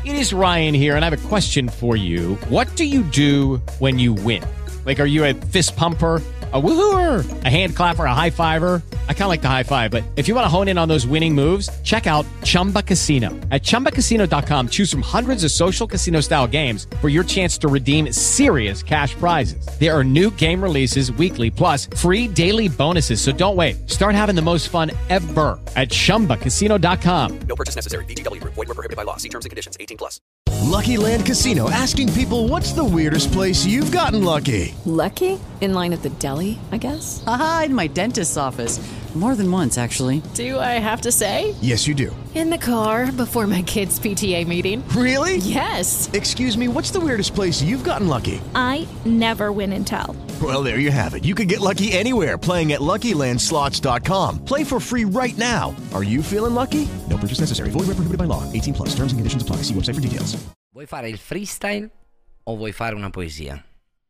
It is Ryan here, and I have a question for you. What do you do when you win? Like, are you a fist pumper, a woohooer, a hand clapper, a high fiver? I kind of like the high five, but if you want to hone in on those winning moves, check out Chumba Casino. At ChumbaCasino.com, choose from hundreds of social casino style games for your chance to redeem serious cash prizes. There are new game releases weekly, plus free daily bonuses. So don't wait. Start having the most fun ever at ChumbaCasino.com. No purchase necessary. VGW Group. Void where prohibited by law. See terms and conditions. 18+. Lucky Land Casino, asking people, what's the weirdest place you've gotten lucky? Lucky? In line at the deli, I guess? Aha, in my dentist's office. More than once, actually. Do I have to say? Yes, you do. In the car before my kids' PTA meeting. Really? Yes. Excuse me, what's the weirdest place you've gotten lucky? I never win and tell. Well, there you have it. You can get lucky anywhere, playing at LuckyLandSlots.com. Play for free right now. Are you feeling lucky? No purchase necessary. Void where prohibited by law. 18+. Terms and conditions apply. See website for details. Vuoi fare il freestyle o vuoi fare una poesia?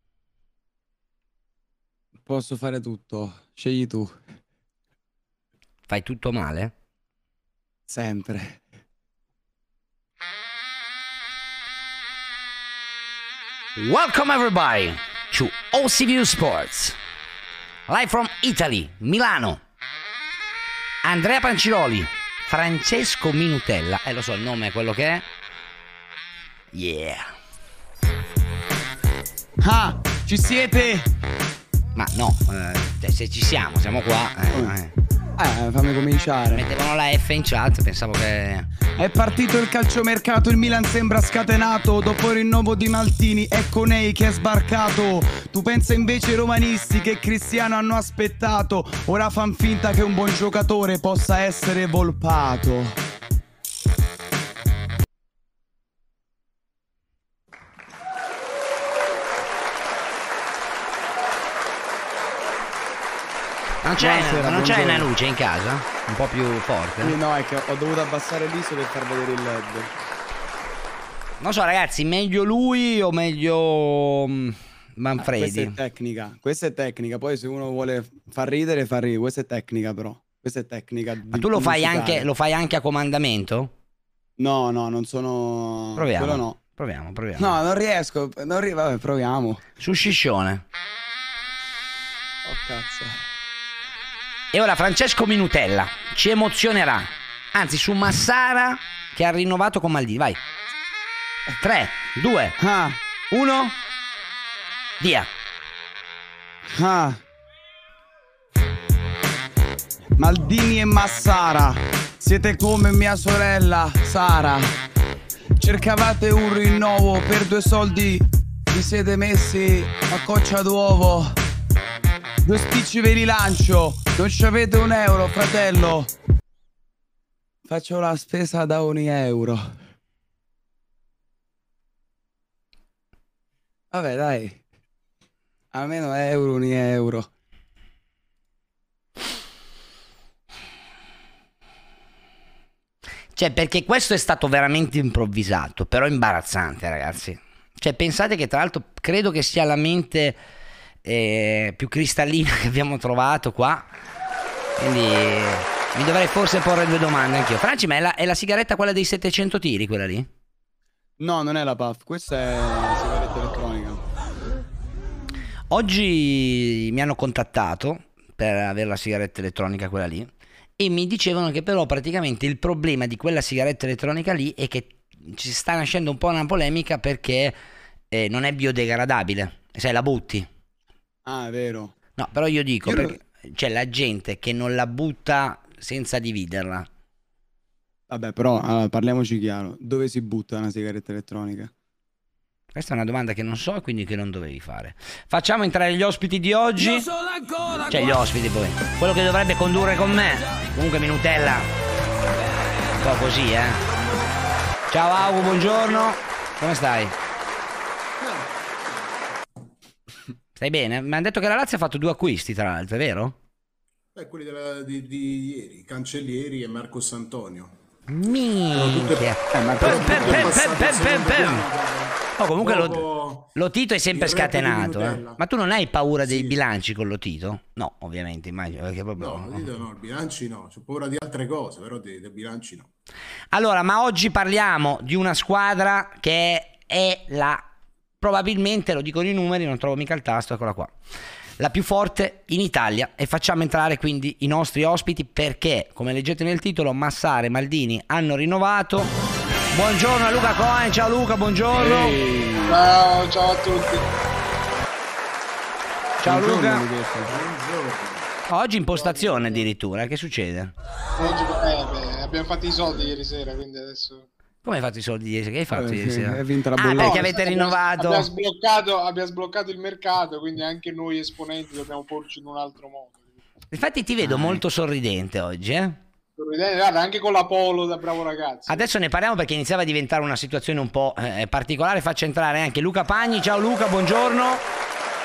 Posso fare tutto. Scegli tu. Fai tutto male? Sempre. Welcome everybody to OCView Sports. Live from Italy, Milano. Andrea Panciroli, Francesco Minutella. Lo so, il nome è quello che è. Yeah. Ah, ci siete? Ma no, se ci siamo qua. Fammi cominciare. Mettevano la F in chat, pensavo che... È partito il calciomercato, il Milan sembra scatenato. Dopo il rinnovo di Maldini, ecco Ney che è sbarcato. Tu pensa invece ai romanisti che Cristiano hanno aspettato. Ora fan finta che un buon giocatore possa essere Volpato. Non c'è una luce in casa? Un po' più forte? No, è che ho dovuto abbassare l'ISO per far vedere il LED. Non so ragazzi, meglio lui o meglio Manfredi? Questa è tecnica, poi se uno vuole far ridere, questa è tecnica però. Questa è tecnica. Ma tu lo fai anche a comandamento? No, non sono... Proviamo. Quello no. Proviamo. No, non riesco. Vabbè, proviamo. Su Sciscione. Oh cazzo. E ora Francesco Minutella ci emozionerà. Anzi, su Massara che ha rinnovato con Maldini. Vai. 3, 2, 1. Via. Maldini e Massara, siete come mia sorella Sara. Cercavate un rinnovo per 2 soldi, vi siete messi a coccia d'uovo. 2 spicci ve li lancio, non ci avete un euro, fratello. Faccio la spesa da ogni euro. Vabbè, dai. Almeno euro, ogni euro. Cioè, perché questo è stato veramente improvvisato, però imbarazzante, ragazzi. Cioè, pensate che tra l'altro credo che sia la mente più cristallina che abbiamo trovato qua. Quindi mi dovrei forse porre 2 domande anch'io. Franci, ma è la sigaretta quella dei 700 tiri, quella lì? No, non è la puff, questa è la sigaretta elettronica. Oggi mi hanno contattato per avere la sigaretta elettronica quella lì e mi dicevano che però praticamente il problema di quella sigaretta elettronica lì è che ci sta nascendo un po' una polemica perché non è biodegradabile, sai, la butti. Ah, è vero. No, però io dico, perché c'è la gente che non la butta senza dividerla. Vabbè, però allora, parliamoci chiaro, dove si butta una sigaretta elettronica? Questa è una domanda che non so e quindi che non dovevi fare. Facciamo entrare gli ospiti di oggi. Cioè gli ospiti poi. Quello che dovrebbe condurre con me. Comunque Minutella. Un po' così, Ciao Augu, buongiorno. Come stai? Stai bene? Mi hanno detto che la Lazio ha fatto 2 acquisti, tra l'altro, è vero? Quelli di ieri, Cancellieri e Marcos Antonio. Minchia. Oh, comunque Dopo Lotito è sempre il rap di scatenato. Nutella. Ma tu non hai paura dei Sì. bilanci con Lotito? No, ovviamente, immagino. Perché proprio... No, no, bilanci no, c'ho paura di altre cose, però dei bilanci no. Allora, ma oggi parliamo di una squadra che è probabilmente, lo dicono i numeri, non trovo mica il tasto, eccola qua, la più forte in Italia, e facciamo entrare quindi i nostri ospiti perché, come leggete nel titolo, Massara e Maldini hanno rinnovato. Buongiorno a Luca Cohen, ciao Luca, buongiorno. Ciao a tutti. Ciao Luca. Buongiorno. Oggi in postazione addirittura, che succede? Oggi abbiamo fatto i soldi ieri sera, quindi adesso... Come hai fatto i soldi ieri? Che hai fatto ieri sì, sera? hai vinto la Ah, bolletta. perché avete rinnovato? Abbiamo sbloccato il mercato, quindi anche noi esponenti dobbiamo porci in un altro modo. Infatti ti vedo molto sorridente oggi, eh? Guarda, anche con la polo da bravo ragazzo. Adesso ne parliamo perché iniziava a diventare una situazione un po' particolare. Faccio entrare anche Luca Pagni. Ciao Luca, buongiorno.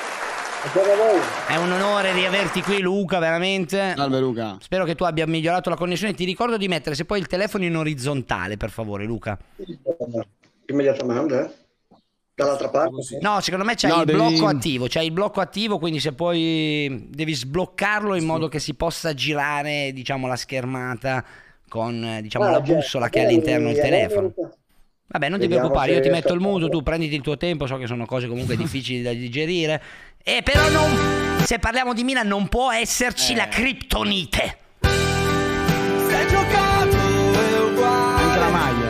È un onore riaverti qui, Luca, veramente. Salve Luca. Spero che tu abbia migliorato la connessione. Ti ricordo di mettere se poi il telefono in orizzontale, per favore, Luca. Immediatamente? Dall'altra parte? No, secondo me c'hai No, il devi- blocco attivo. C'hai il blocco attivo, quindi se poi devi sbloccarlo in modo che si possa girare, diciamo, la schermata con, diciamo, la bussola che è all'interno del telefono. Vabbè, non ti Vediamo preoccupare, io se ti metto il riesco a muto, tu prenditi il tuo tempo, so che sono cose comunque difficili da digerire. E però non, se parliamo di Milan non può esserci la criptonite. Anche la maglia.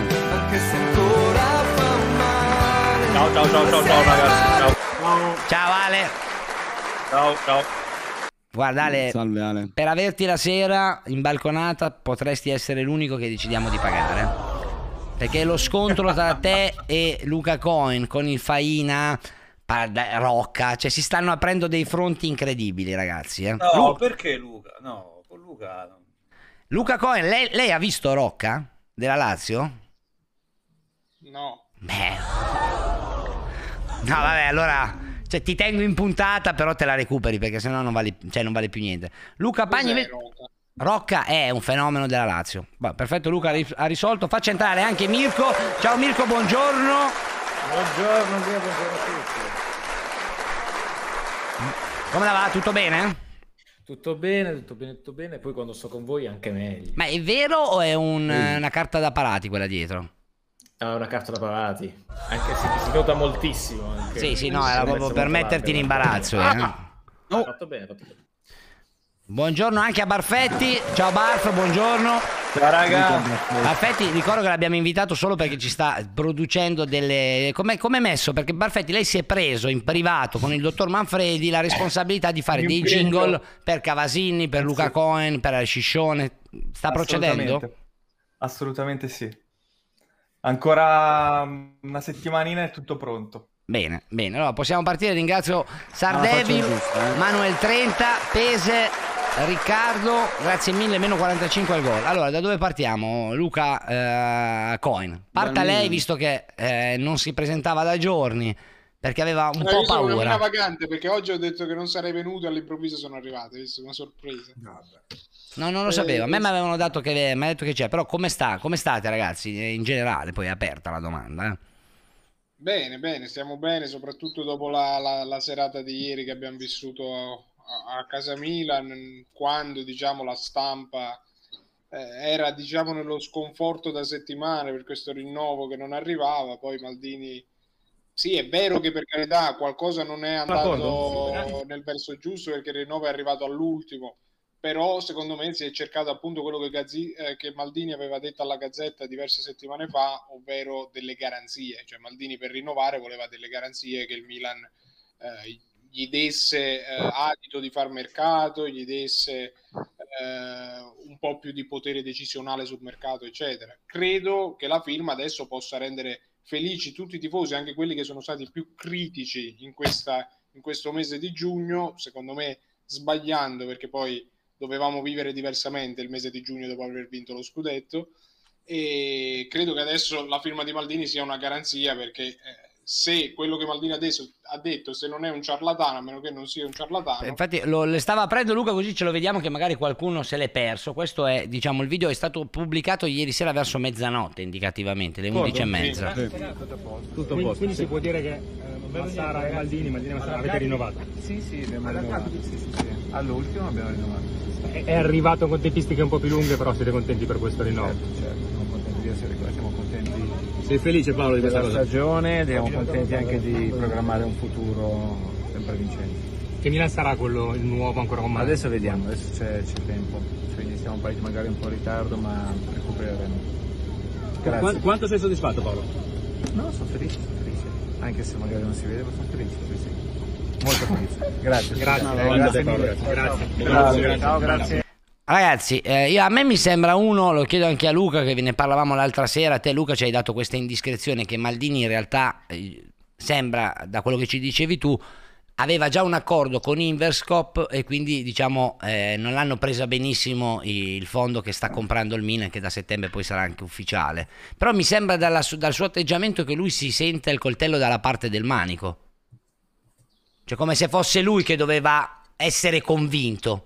Ciao ragazzi. Ciao Ale. Ciao. Guarda Ale, Salve Ale. per averti la sera in balconata potresti essere l'unico che decidiamo di pagare. Perché lo scontro tra te e Luca Cohen con il Faina, Rocca, cioè si stanno aprendo dei fronti incredibili, ragazzi. No, perché Luca? No, con Luca no. Luca Cohen, lei ha visto Rocca della Lazio? No. Beh. No, vabbè, allora, cioè, ti tengo in puntata, però te la recuperi perché sennò non vale più niente. Luca Pagni, Cos'è Rocca? Rocca è un fenomeno della Lazio. Perfetto, Luca ha risolto. Faccia entrare anche Mirko. Ciao Mirko, buongiorno. Buongiorno a tutti. Come la va? Tutto bene? Tutto bene. Poi quando sto con voi anche meglio. Ma è vero o è una carta da parati quella dietro? È una carta da parati. Anche se si nota moltissimo. Anche Sì, no, era proprio per metterti in imbarazzo. Fatto bene. Buongiorno anche a Barfetti. Ciao Barf, buongiorno. Ciao raga. Barfetti, ricordo che l'abbiamo invitato solo perché ci sta producendo delle... Come è messo? Perché Barfetti, lei si è preso in privato con il dottor Manfredi la responsabilità di fare dei jingle per Cavasinni, per Luca Cohen, per Sciscione. Sta procedendo? Assolutamente sì. Ancora una settimanina è tutto pronto. Bene, allora possiamo partire. Ringrazio Sardevil, Manuel 30, Pese, Riccardo, grazie mille, meno 45 al gol. Allora, da dove partiamo? Luca Cohen. Parta lei, visto che non si presentava da giorni, perché aveva un po' Io sono una paura. vagante perché oggi ho detto che non sarei venuto e all'improvviso sono arrivato, visto una sorpresa. No, non lo sapevo. A me mi avevano detto che c'è, però come state ragazzi? In generale, poi è aperta la domanda. Bene, stiamo bene, soprattutto dopo la serata di ieri che abbiamo vissuto a casa Milan, quando diciamo la stampa era diciamo nello sconforto da settimane per questo rinnovo che non arrivava. Poi Maldini, sì, è vero che per carità qualcosa non è andato nel verso giusto perché il rinnovo è arrivato all'ultimo, però secondo me si è cercato appunto quello che Maldini aveva detto alla Gazzetta diverse settimane fa, ovvero delle garanzie. Cioè Maldini per rinnovare voleva delle garanzie, che il Milan gli desse adito di far mercato, gli desse un po' più di potere decisionale sul mercato, eccetera. Credo che la firma adesso possa rendere felici tutti i tifosi, anche quelli che sono stati più critici in questo mese di giugno, secondo me sbagliando, perché poi dovevamo vivere diversamente il mese di giugno dopo aver vinto lo scudetto, e credo che adesso la firma di Maldini sia una garanzia, perché se quello che Maldini adesso ha detto, se non è un ciarlatano, a meno che non sia un ciarlatano. Infatti le stava aprendo Luca, così ce lo vediamo che magari qualcuno se l'è perso. Questo è, diciamo, il video è stato pubblicato ieri sera verso mezzanotte, indicativamente, le 11:30. Tutto a posto. Quindi si può dire che Massara e Maldini e Massara avete rinnovato? Sì, abbiamo rinnovato. Sì. All'ultimo abbiamo rinnovato. È arrivato con tempistiche un po' più lunghe, però siete contenti per questo rinnovo? Certo, siamo contenti di essere qua, siamo contenti. Sei felice, Paolo, di questa cosa? Stagione, siamo contenti anche di programmare un futuro sempre vincente. Che Milan sarà quello, il nuovo ancora con Maldini? Adesso vediamo, adesso c'è tempo, quindi siamo magari un po' in ritardo, ma recupereremo. Grazie. Quanto sei soddisfatto, Paolo? No, sono felice, anche se magari non si vede, ma sono felice, sì. Molto felice. Grazie. Grazie. Ciao, grazie. Ragazzi, a me mi sembra lo chiedo anche a Luca, che ne parlavamo l'altra sera. A te, Luca, ci hai dato questa indiscrezione che Maldini in realtà sembra, da quello che ci dicevi tu, aveva già un accordo con Inverscope e quindi, diciamo, non l'hanno presa benissimo il fondo che sta comprando il Milan, che da settembre poi sarà anche ufficiale. Però mi sembra dal suo atteggiamento che lui si sente il coltello dalla parte del manico, cioè come se fosse lui che doveva essere convinto.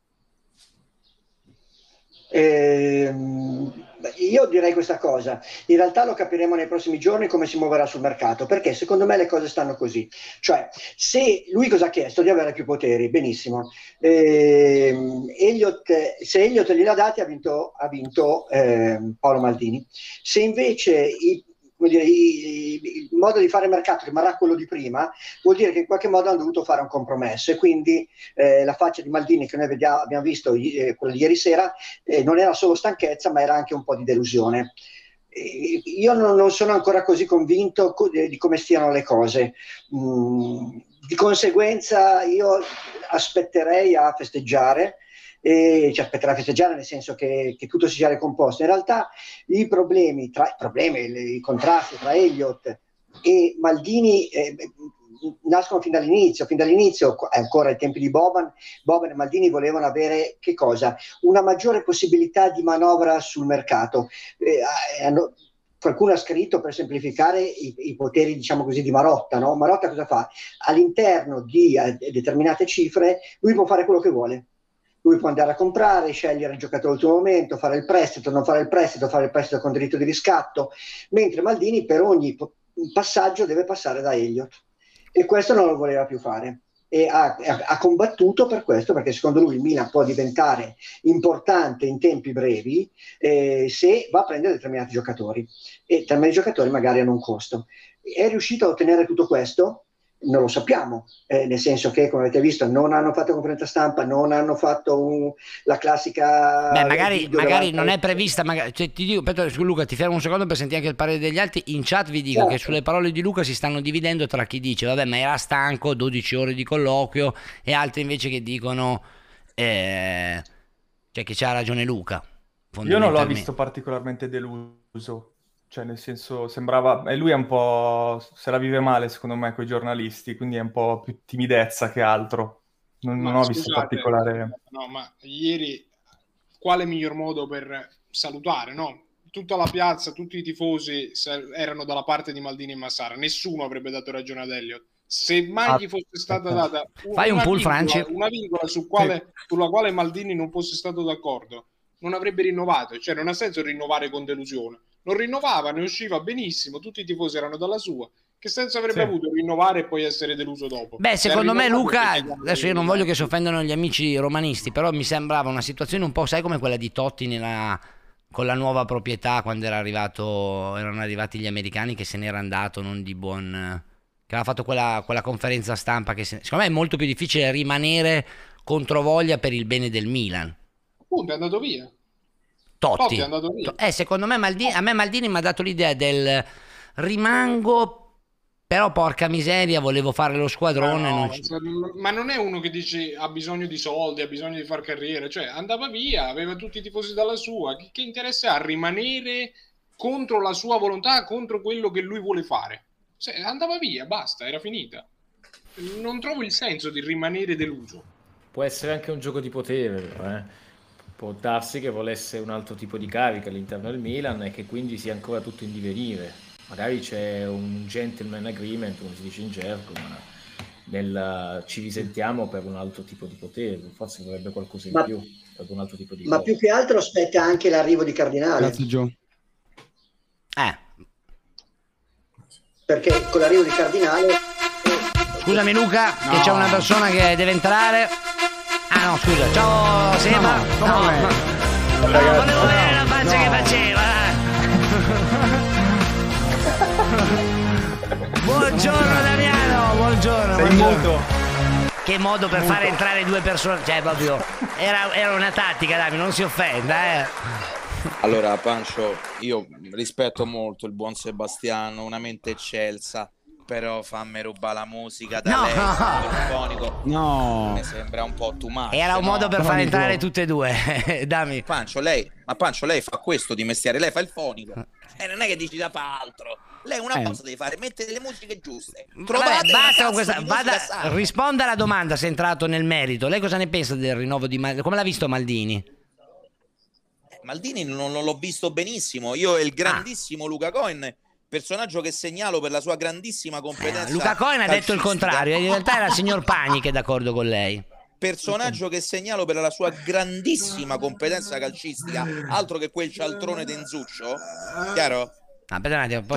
Io direi questa cosa, in realtà lo capiremo nei prossimi giorni come si muoverà sul mercato, perché secondo me le cose stanno così, cioè se lui cosa ha chiesto? Di avere più poteri, benissimo, se Elliott gliel'ha dati ha vinto Paolo Maldini. Se invece il modo di fare mercato rimarrà quello di prima, vuol dire che in qualche modo hanno dovuto fare un compromesso, e quindi la faccia di Maldini che noi abbiamo visto quello di ieri sera non era solo stanchezza, ma era anche un po' di delusione. Io non sono ancora così convinto di come stiano le cose, di conseguenza io aspetterei a festeggiare, e ci aspetterà a festeggiare, nel senso che tutto si sia ricomposto. In realtà i contrasti tra Elliott e Maldini nascono fin dall'inizio, ancora ai tempi di Boban e Maldini volevano avere che cosa? Una maggiore possibilità di manovra sul mercato. Qualcuno ha scritto, per semplificare, i poteri, diciamo così, di Marotta, no? Marotta cosa fa? All'interno di determinate cifre lui può fare quello che vuole. Lui può andare a comprare, scegliere il giocatore all'ultimo momento, fare il prestito, non fare il prestito con diritto di riscatto, mentre Maldini per ogni passaggio deve passare da Elliott, e questo non lo voleva più fare, e ha combattuto per questo, perché secondo lui il Milan può diventare importante in tempi brevi se va a prendere determinati giocatori, e determinati giocatori magari hanno un costo. È riuscito a ottenere tutto questo? Non lo sappiamo, nel senso che, come avete visto, non hanno fatto conferenza stampa, non hanno fatto la classica... Beh, magari non è prevista, cioè, ti dico, Luca, ti fermo un secondo per sentire anche il parere degli altri. In chat vi dico che sulle parole di Luca si stanno dividendo tra chi dice vabbè, ma era stanco, 12 ore di colloquio, e altri invece che dicono cioè che c'ha ragione Luca. Io non l'ho visto particolarmente deluso. Cioè, nel senso, sembrava... E lui è un po'... se la vive male, secondo me, coi giornalisti, quindi è un po' più timidezza che altro. Non ho visto particolare... No, ma ieri quale miglior modo per salutare, no? Tutta la piazza, tutti i tifosi erano dalla parte di Maldini e Massara. Nessuno avrebbe dato ragione ad Elliott. Se mai gli fosse stata data una virgola sulla quale Maldini non fosse stato d'accordo, non avrebbe rinnovato. Cioè, non ha senso rinnovare con delusione. Non rinnovava, ne usciva benissimo, tutti i tifosi erano dalla sua. Che senso avrebbe avuto rinnovare e poi essere deluso dopo? Beh, secondo me, Luca, adesso io non voglio che si offendano gli amici romanisti, però mi sembrava una situazione un po', sai, come quella di Totti con la nuova proprietà, quando erano arrivati gli americani, che se n'era andato non di buon... che aveva fatto quella conferenza stampa, che secondo me è molto più difficile rimanere controvoglia per il bene del Milan. Appunto, è andato via. Totti è andato via. Secondo me a me Maldini mi ha dato l'idea del rimango, però porca miseria, volevo fare lo squadrone. Ma non è uno che dice ha bisogno di soldi, ha bisogno di far carriera, cioè andava via, aveva tutti i tifosi dalla sua, che interesse ha rimanere contro la sua volontà, contro quello che lui vuole fare? Andava via, basta, era finita. Non trovo il senso di rimanere deluso. Può essere anche un gioco di potere, però, può darsi che volesse un altro tipo di carica all'interno del Milan e che quindi sia ancora tutto in divenire. magari c'è un gentleman agreement, come si dice in gergo, ma ci risentiamo per un altro tipo di potere, forse vorrebbe qualcosa in più, per un altro tipo di ma più che altro aspetta anche l'arrivo di Cardinale. Grazie Gio. Perché con l'arrivo di Cardinale... Scusami Luca, che c'è una persona che deve entrare. Ah no, scusa, ciao Seba. No, volevo vedere la faccia che faceva. Buongiorno Damiano, buongiorno. Sei muto. Che modo per fare entrare due persone, cioè proprio era una tattica, Dami, non si offenda, Allora, Pancio, io rispetto molto il buon Sebastiano, una mente eccelsa, però fammi rubare la musica da lei, sinfonico. No. Mi sembra un po' too much. Era un modo per far entrare tutte e due, Dami. Pancio, lei fa questo di mestiere, lei fa il fonico. E non è che dici da fa altro. Lei una cosa deve fare, mettere le musiche giuste. Trovate risponda alla domanda se è entrato nel merito. Lei cosa ne pensa del rinnovo di Maldini? Come l'ha visto Maldini? Maldini non l'ho visto benissimo. Io e il grandissimo Luca Cohen, personaggio che segnalo per la sua grandissima competenza. Luca Cohen ha detto il contrario, in realtà era il signor Pagni che è d'accordo con lei. Personaggio che segnalo per la sua grandissima competenza calcistica, altro che quel cialtrone Denzuccio, chiaro? Aspetta un attimo,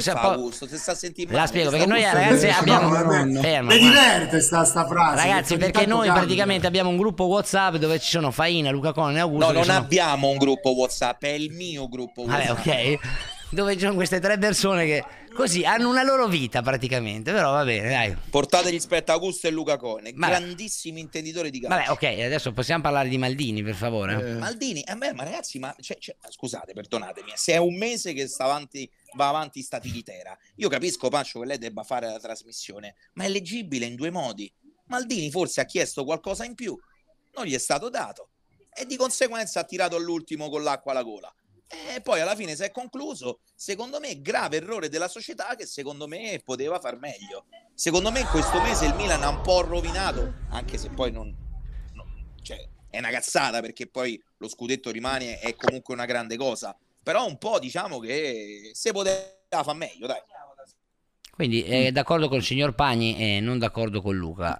la spiego perché noi ragazzi abbiamo mi diverte sta frase, ragazzi, perché noi praticamente abbiamo un gruppo WhatsApp dove ci sono Faina, Luca Cohen e Augusto. No, non abbiamo un gruppo WhatsApp, è il mio gruppo WhatsApp. Ok, dove ci sono queste tre persone che così hanno una loro vita praticamente, però va bene, dai. Portategli rispetto a Augusto e Luca Cohen, grandissimi intenditori di calcio. Vabbè, ok, adesso possiamo parlare di Maldini, per favore. Maldini, ma ragazzi, scusate, perdonatemi, se è un mese che va avanti sta tiritera, io capisco Pancio che lei debba fare la trasmissione, ma è leggibile in due modi. Maldini forse ha chiesto qualcosa in più, non gli è stato dato e di conseguenza ha tirato all'ultimo con l'acqua alla gola. E poi alla fine si è concluso, secondo me, grave errore della società che secondo me poteva far meglio. Secondo me in questo mese il Milan ha un po' rovinato, anche se poi cioè, è una cazzata perché poi lo scudetto rimane, è comunque una grande cosa, però un po' diciamo che se poteva far meglio, dai. Quindi è d'accordo con il signor Pagni e non d'accordo con Luca,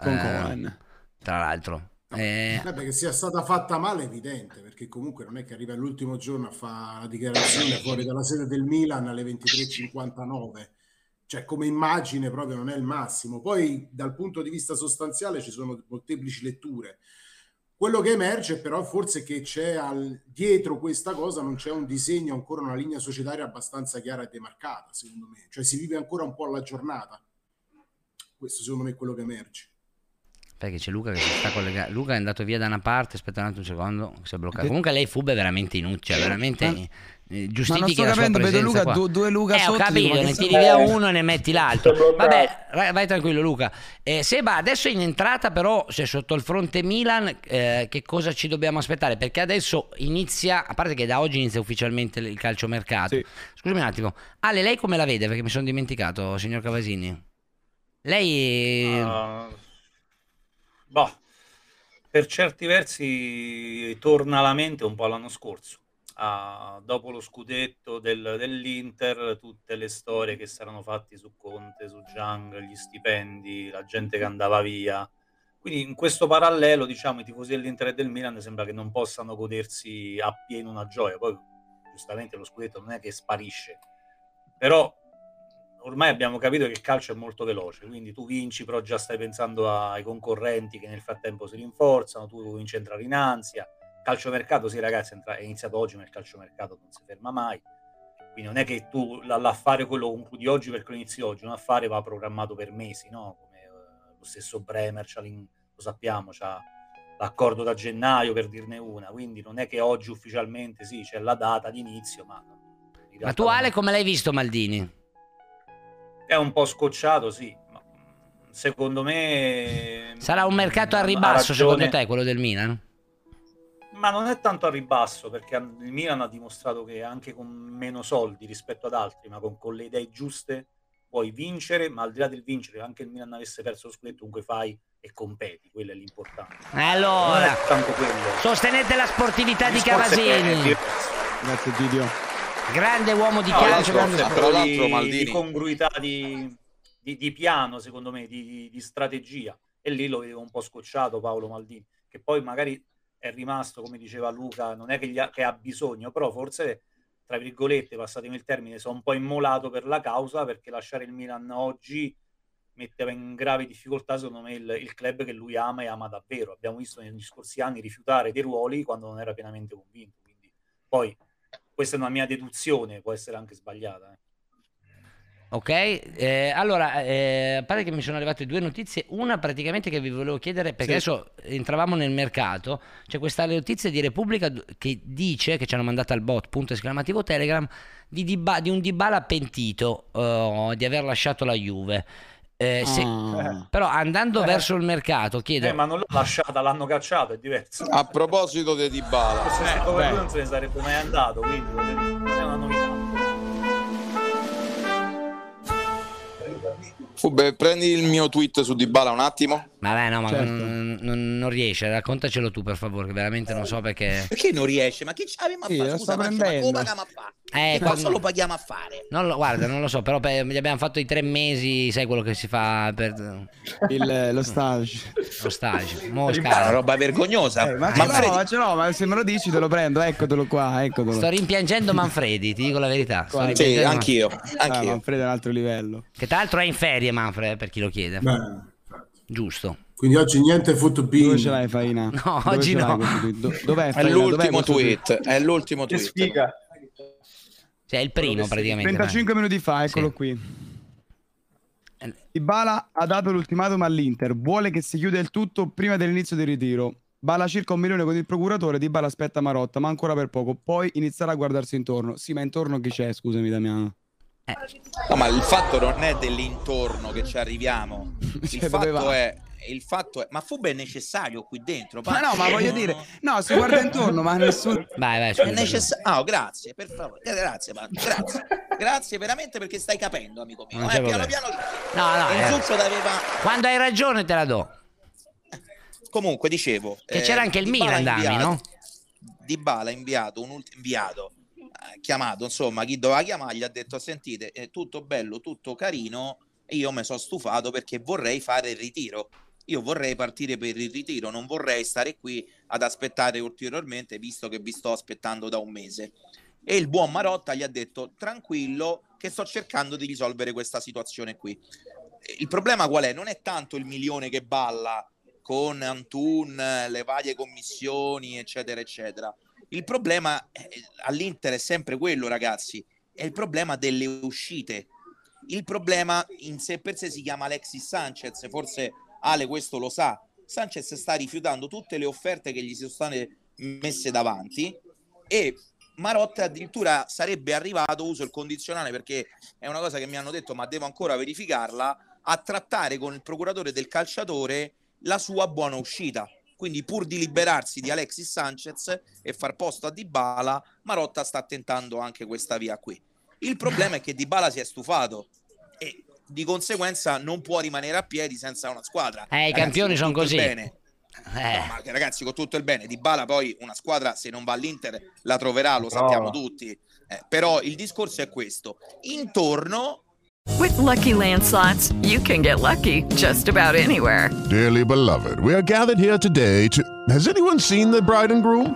tra l'altro. Che sia stata fatta male è evidente, perché comunque non è che arriva l'ultimo giorno a fare la dichiarazione fuori dalla sede del Milan alle 23:59, cioè come immagine proprio non è il massimo. Poi dal punto di vista sostanziale ci sono molteplici letture. Quello che emerge però forse che c'è dietro questa cosa non c'è un disegno, ancora una linea societaria abbastanza chiara e demarcata, secondo me, cioè si vive ancora un po' alla giornata. Questo secondo me è quello che emerge. Perché c'è Luca che si sta collegando. Luca è andato via da una parte, aspetta un secondo, si è bloccato. Comunque lei Fub è veramente inutile, veramente giustifichi la sua presenza. Vedo Luca, qua. due Luca sotto. Ho capito, ne tiri via uno e ne metti l'altro. Vabbè, vai tranquillo Luca. Seba, adesso in entrata però, se sotto il fronte Milan, che cosa ci dobbiamo aspettare? Perché adesso inizia, a parte che da oggi inizia ufficialmente il calciomercato. Sì. Scusami un attimo, Ale, lei come la vede? Perché mi sono dimenticato, signor Cavasini. Lei... per certi versi torna alla mente un po' l'anno scorso, dopo lo scudetto dell'Inter, tutte le storie che si erano fatte su Conte, su Giang, gli stipendi, la gente che andava via. Quindi in questo parallelo, diciamo, i tifosi dell'Inter e del Milan sembra che non possano godersi appieno una gioia. Poi giustamente lo scudetto non è che sparisce, però ormai abbiamo capito che il calcio è molto veloce, quindi tu vinci però già stai pensando ai concorrenti che nel frattempo si rinforzano, tu cominci a entrare in ansia. Calciomercato, sì ragazzi, è iniziato oggi, ma il calciomercato non si ferma mai, quindi non è che tu l'affare quello lo concludi oggi perché lo inizi oggi, un affare va programmato per mesi, no? Come lo stesso Bremer, lo sappiamo, c'ha l'accordo da gennaio, per dirne una, quindi non è che oggi ufficialmente sì c'è la data di inizio, ma tu Ale come l'hai visto Maldini? È un po' scocciato, sì, ma secondo me sarà un mercato a ribasso secondo te quello del Milan? Ma non è tanto a ribasso, perché il Milan ha dimostrato che anche con meno soldi rispetto ad altri, ma con le idee giuste puoi vincere, ma al di là del vincere, anche il Milan avesse perso lo scudetto, comunque fai e competi, quello è l'importante. Allora, non è tanto quello. Sostenete la sportività di Cavasini. Grazie Gidio. Grande uomo di calcio, tra l'altro di congruità di piano, secondo me, di strategia, e lì lo vedevo un po' scocciato Paolo Maldini, che poi magari è rimasto, come diceva Luca, non è che ha bisogno, però forse, tra virgolette, passatemi il termine, sono un po' immolato per la causa, perché lasciare il Milan oggi metteva in grave difficoltà, secondo me, il club che lui ama e ama davvero. Abbiamo visto negli scorsi anni rifiutare dei ruoli quando non era pienamente convinto. Quindi, poi, questa è una mia deduzione, può essere anche sbagliata. Ok, allora, pare che mi sono arrivate due notizie. Una praticamente che vi volevo chiedere, perché adesso entravamo nel mercato, c'è questa notizia di Repubblica che dice, che ci hanno mandato al bot, !Telegram, di un Dybala pentito di aver lasciato la Juve. Però andando verso il mercato chiedo, ma non l'ha lasciata, l'hanno cacciato, è diverso. A proposito di Dybala, lui non se ne sarebbe mai andato, quindi non è una novità. Fubbe, prendi il mio tweet su Dybala un attimo. Vabbè, no, ma non riesce, raccontacelo tu per favore, che veramente non so perché non riesce, ma chi ci abbiamo a fare? Scusa, ma come paghiamo a fare? Che cosa lo paghiamo a fare? Guarda, non lo so, però gli abbiamo fatto i 3 mesi, sai quello che si fa per lo stage. Lo stage, una roba vergognosa. Ma ce l'ho, ma se me lo dici te lo prendo, eccotelo qua, eccotelo. Sto rimpiangendo Manfredi, ti dico la verità. Sì, anch'io. Manfredi è un altro livello. Che tra l'altro è in ferie Manfred, per chi lo chiede. Giusto. Quindi oggi niente football. Dove ce l'hai, Faina? No, oggi no. Dov'è? È l'ultimo tweet. È l'ultimo tweet. Che sfiga. Cioè, è il primo praticamente. 35 minuti fa, eccolo qui. Dybala ha dato l'ultimatum all'Inter. Vuole che si chiuda il tutto prima dell'inizio del ritiro. Bala circa 1 milione con il procuratore. Dybala aspetta Marotta, ma ancora per poco. Poi inizierà a guardarsi intorno. Sì, ma intorno chi c'è? Scusami, Damiano. No, ma il fatto non è dell'intorno che ci arriviamo. Il fatto è, ma Fubbe è necessario qui dentro. Ma no, ma voglio dire, no, si guarda intorno, ma nessuno. Vai, è necessario. Grazie, per favore. Grazie veramente, perché stai capendo, amico mio. Piano piano. Quando hai ragione te la do. Comunque dicevo che c'era anche il Milan, Dami, no? Dybala ha inviato chiamato, insomma, chi doveva chiamare gli ha detto: sentite, è tutto bello, tutto carino, e io mi sono stufato perché vorrei fare il ritiro. Io vorrei partire per il ritiro, non vorrei stare qui ad aspettare ulteriormente, visto che vi sto aspettando da 1 mese. E il buon Marotta gli ha detto: tranquillo, che sto cercando di risolvere questa situazione qui. Il problema qual è? Non è tanto il milione che balla con Antun, le varie commissioni, eccetera, eccetera. Il problema all'Inter è sempre quello, ragazzi, è il problema delle uscite. Il problema in sé per sé si chiama Alexis Sanchez, forse Ale questo lo sa. Sanchez sta rifiutando tutte le offerte che gli sono state messe davanti, e Marotta addirittura sarebbe arrivato, uso il condizionale perché è una cosa che mi hanno detto ma devo ancora verificarla, a trattare con il procuratore del calciatore la sua buona uscita. Quindi pur di liberarsi di Alexis Sanchez e far posto a Dybala, Marotta sta tentando anche questa via qui. Il problema è che Dybala si è stufato e di conseguenza non può rimanere a piedi senza una squadra. I campioni sono così. No, ma ragazzi, con tutto il bene, Dybala poi una squadra, se non va all'Inter, la troverà, lo sappiamo tutti. Però il discorso è questo. Intorno... With Lucky Land Slots, you can get lucky just about anywhere. Dearly beloved, we are gathered here today to... Has anyone seen the bride and groom?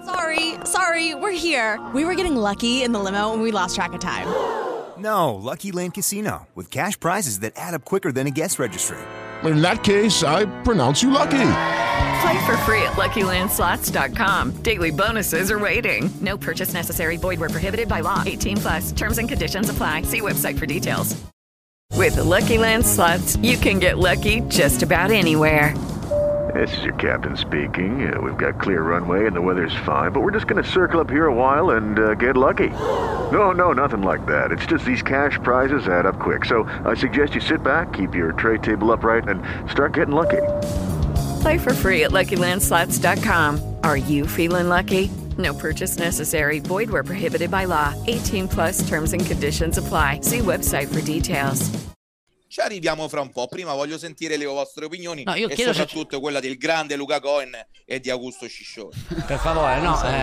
Sorry, we're here. We were getting lucky in the limo and we lost track of time. No, Lucky Land Casino, with cash prizes that add up quicker than a guest registry. In that case, I pronounce you lucky. Play for free at LuckyLandSlots.com. Daily bonuses are waiting. No purchase necessary. Void where prohibited by law. 18+. Terms and conditions apply. See website for details. With the Lucky Land Slots, you can get lucky just about anywhere. This is your captain speaking. We've got clear runway and the weather's fine, but we're just going to circle up here a while and get lucky. No, nothing like that. It's just these cash prizes add up quick. So I suggest you sit back, keep your tray table upright, and start getting lucky. Play for free at LuckyLandSlots.com. Are you feeling lucky? No purchase necessary. Void where prohibited by law. 18+ terms and conditions apply. See website for details. Ci arriviamo fra un po'. Prima voglio sentire le vostre opinioni, no, io e soprattutto quella del grande Luca Cohen e di Augusto Sciscione. Per favore, no.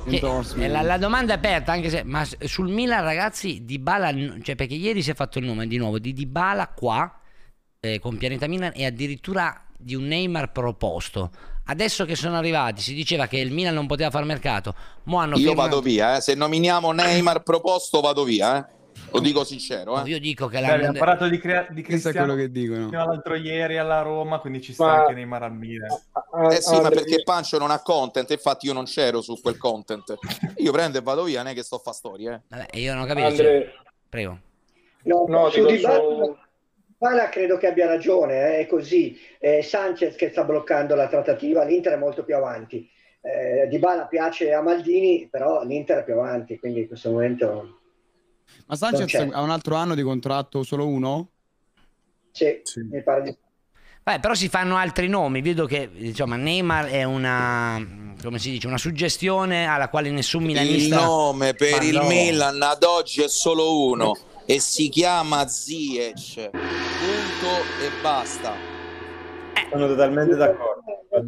La domanda è aperta, anche se, ma sul Milan, ragazzi, Dybala, cioè, perché ieri si è fatto il nome di nuovo di Dybala qua con Pianeta Milan e addirittura di un Neymar proposto. Adesso che sono arrivati, si diceva che il Milan non poteva far mercato. Mo hanno Io firmato... vado via, se nominiamo Neymar proposto vado via, lo dico sincero. Io dico che abbiamo parlato di Questo è quello che dicono. l'altro ieri alla Roma, quindi ci sta anche Neymar al Milan. Sì, ma perché Pancio non ha content, infatti io non c'ero su quel content. Io prendo e vado via, non è che sto a fa storie. Vabbè, io non capisco. Prego. No, su Dybala credo che abbia ragione, è così. Sanchez che sta bloccando la trattativa, l'Inter è molto più avanti. Dybala piace a Maldini, però l'Inter è più avanti, quindi in questo momento... Ma Sanchez ha un altro anno di contratto, solo uno? Sì. Mi pare di... Però si fanno altri nomi, vedo che insomma Neymar è una, come si dice, una suggestione alla quale nessun milanista... Il nome per il Milan ad oggi è solo uno e si chiama Ziyech, punto e basta. Sono totalmente d'accordo.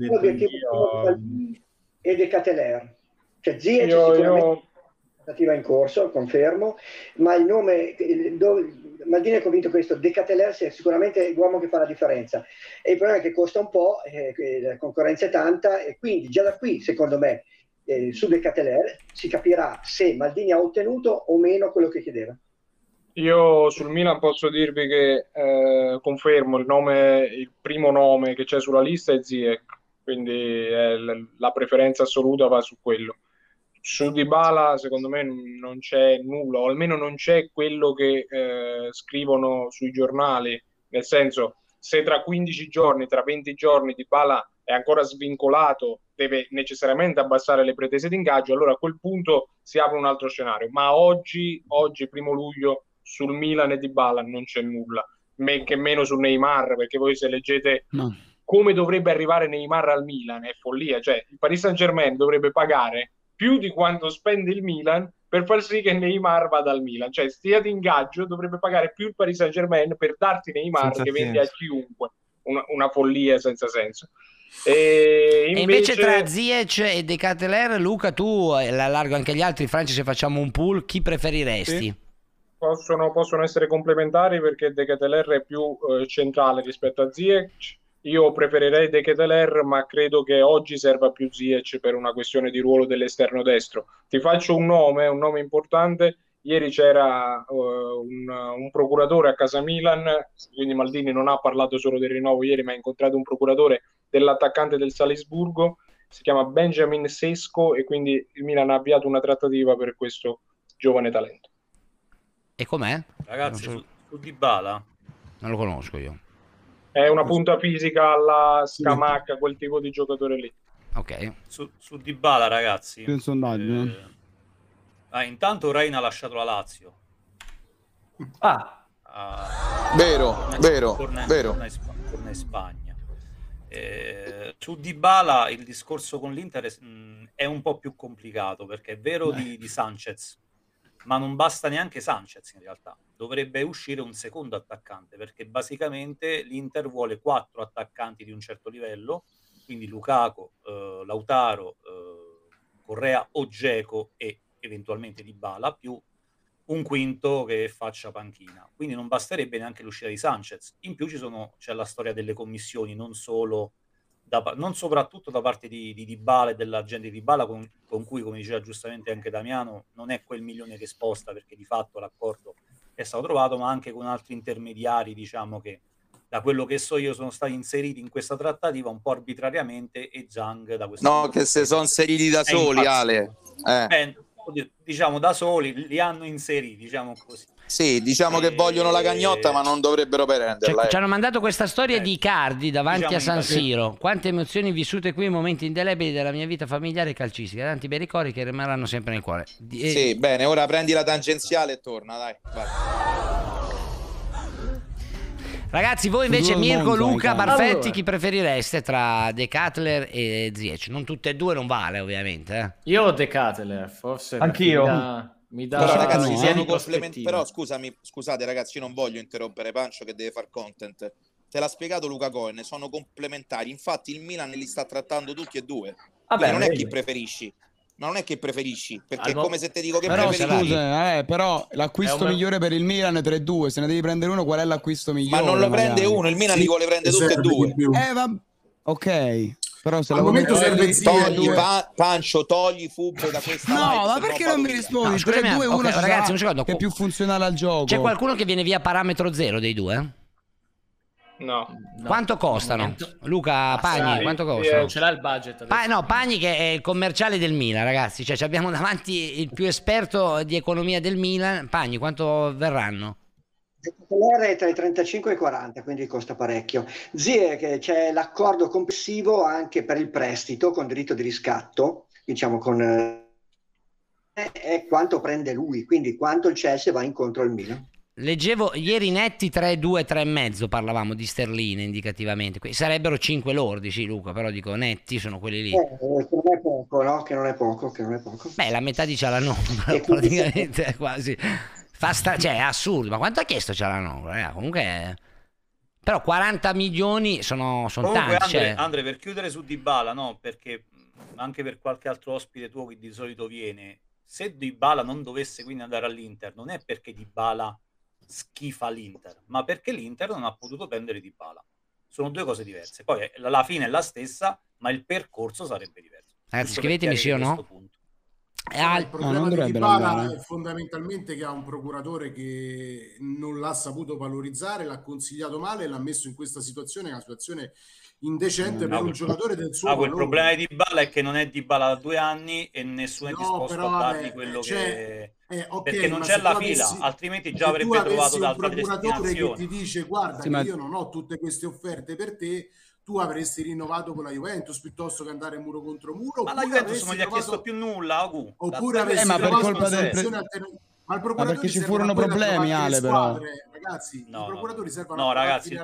E De Ketelaere, cioè Ziyech sicuramente trattativa in corso, confermo, ma il nome Maldini è convinto questo, De Ketelaere è sicuramente l'uomo che fa la differenza, e il problema è che costa un po', la concorrenza è tanta, e quindi già da qui secondo me su De Ketelaere si capirà se Maldini ha ottenuto o meno quello che chiedeva. Io sul Milan posso dirvi che confermo il primo nome che c'è sulla lista è Ziyech, quindi la preferenza assoluta va su quello. Su Dybala secondo me non c'è nulla, o almeno non c'è quello che scrivono sui giornali, nel senso, se tra 15 giorni, tra 20 giorni Dybala è ancora svincolato, deve necessariamente abbassare le pretese di ingaggio, allora a quel punto si apre un altro scenario, ma oggi 1 luglio sul Milan e Dybala non c'è nulla, men che meno su Neymar, perché voi se leggete come dovrebbe arrivare Neymar al Milan è follia, cioè il Paris Saint-Germain dovrebbe pagare più di quanto spende il Milan per far sì che Neymar vada al Milan, cioè stia di ingaggio dovrebbe pagare più il Paris Saint-Germain per darti Neymar senza che vende a chiunque, una follia senza senso. E invece tra Ziyech e De Ketelaere, Luca, tu l'allargo anche agli altri, Francia, se facciamo un pool, chi preferiresti? Sì. Possono essere complementari perché De Ketelaere è più centrale rispetto a Ziyech. Io preferirei De Ketelaere, ma credo che oggi serva più Ziyech per una questione di ruolo dell'esterno destro. Ti faccio un nome importante. Ieri c'era un procuratore a casa Milan, quindi Maldini non ha parlato solo del rinnovo ieri, ma ha incontrato un procuratore dell'attaccante del Salisburgo, si chiama Benjamin Sesko, e quindi il Milan ha avviato una trattativa per questo giovane talento. E com'è? Ragazzi, su Dybala? Non lo conosco io. È una punta fisica alla Scamacca, quel tipo di giocatore lì. Ok. Su Dybala, ragazzi. Un sondaggio. Intanto Reina ha lasciato la Lazio. Vero. Torna in Spagna. Su Dybala il discorso con l'Inter è un po' più complicato, perché è vero di Sanchez, ma non basta neanche Sanchez in realtà. Dovrebbe uscire un secondo attaccante, perché basicamente l'Inter vuole 4 attaccanti di un certo livello, quindi Lukaku, Lautaro, Correa o Dzeko e eventualmente Dybala, più un quinto che faccia panchina. Quindi non basterebbe neanche l'uscita di Sanchez. In più c'è la storia delle commissioni, non soprattutto da parte di Dybala e dell'agente di Dybala, con cui, come diceva giustamente anche Damiano, non è quel milione che sposta, perché di fatto l'accordo è stato trovato, ma anche con altri intermediari, diciamo, che da quello che so io sono stati inseriti in questa trattativa un po' arbitrariamente, e Zhang da questo No, che si sono inseriti da soli, Ale. Diciamo da soli, li hanno inseriti, diciamo così. Sì, diciamo che vogliono la cagnotta, ma non dovrebbero prenderla. Ci hanno mandato questa storia di Icardi davanti diciamo a San Siro. Quante emozioni vissute qui, momenti indelebili della mia vita familiare e calcistica, tanti bei ricordi che rimarranno sempre nel cuore. Sì, bene, ora prendi la tangenziale e torna, dai. Vai. Ragazzi, voi invece, Mirko, Luca, Barfetti, chi preferireste tra De Ketelaere e Ziyech? Non tutte e due, non vale ovviamente. Io De Ketelaere, forse. Anch'io. Mi dà Però ragazzi, sono però scusate ragazzi, io non voglio interrompere Pancio che deve far content. Te l'ha spiegato Luca Cohen, sono complementari. Infatti il Milan li sta trattando tutti e due. Vabbè, non è chi preferisci. ma non è che preferisci, perché è come se ti dico che però preferisci. scusa, però l'acquisto migliore per il Milan è 3-2, se ne devi prendere uno, qual è l'acquisto migliore? Ma non lo prende uno, il Milan li vuole prendere tutti e due. Ok, però se Al la momento vuoi togli Pancio, togli Fubbo da questa No, ma perché non mi rispondi? No, scusami, 3-2-1 ok, ragazzi, un secondo. che è più funzionale al gioco. C'è qualcuno che viene via parametro zero dei due? No. Quanto costano? Luca, Pagni, quanto costano? Non ce l'ha il budget adesso. No, Pagni che è il commerciale del Milan, ragazzi. Cioè, abbiamo davanti il più esperto di economia del Milan. Pagni, quanto verranno? L'R è tra i 35 e i 40, quindi costa parecchio. Zie, che c'è l'accordo complessivo anche per il prestito con diritto di riscatto, diciamo con è quanto prende lui, quindi quanto il Chelsea va incontro al Milan. Leggevo ieri netti 3,2, 3,5, parlavamo di sterline indicativamente. Sarebbero 5 lordi, sì, Luca, però dico netti sono quelli lì. Che non è poco, no? Che non è poco. Beh, la metà di Cialanoglu praticamente è quasi... cioè è assurdo, ma quanto ha chiesto Cialanoglu? Comunque... Però 40 milioni sono Comunque, tanti. Andre, per chiudere su Dybala, no? Perché anche per qualche altro ospite tuo che di solito viene, se Dybala non dovesse quindi andare all'Inter, non è perché Dybala schifa l'Inter, ma perché l'Inter non ha potuto prendere Dybala. Sono due cose diverse. Poi la fine è la stessa, ma il percorso sarebbe diverso. Ragazzi, scrivetemi sì o no. Il problema di Dybala è fondamentalmente che ha un procuratore che non l'ha saputo valorizzare, l'ha consigliato male e l'ha messo in questa situazione, una situazione indecente per un giocatore del suo valore. Il problema di Dybala è che non è Dybala da 2 anni e nessuno è disposto a dargli quello che... okay, perché non c'è la fila, altrimenti già avrebbe trovato d'altra destinazione. Che ti dice guarda che io non ho tutte queste offerte per te, tu avresti rinnovato con la Juventus piuttosto che andare muro contro muro. Ma la Juventus non gli ha chiesto più nulla, oppure avresti ma per colpa ma perché ci furono problemi, Ale, però. Ragazzi, i procuratori servono no, ragazzi, il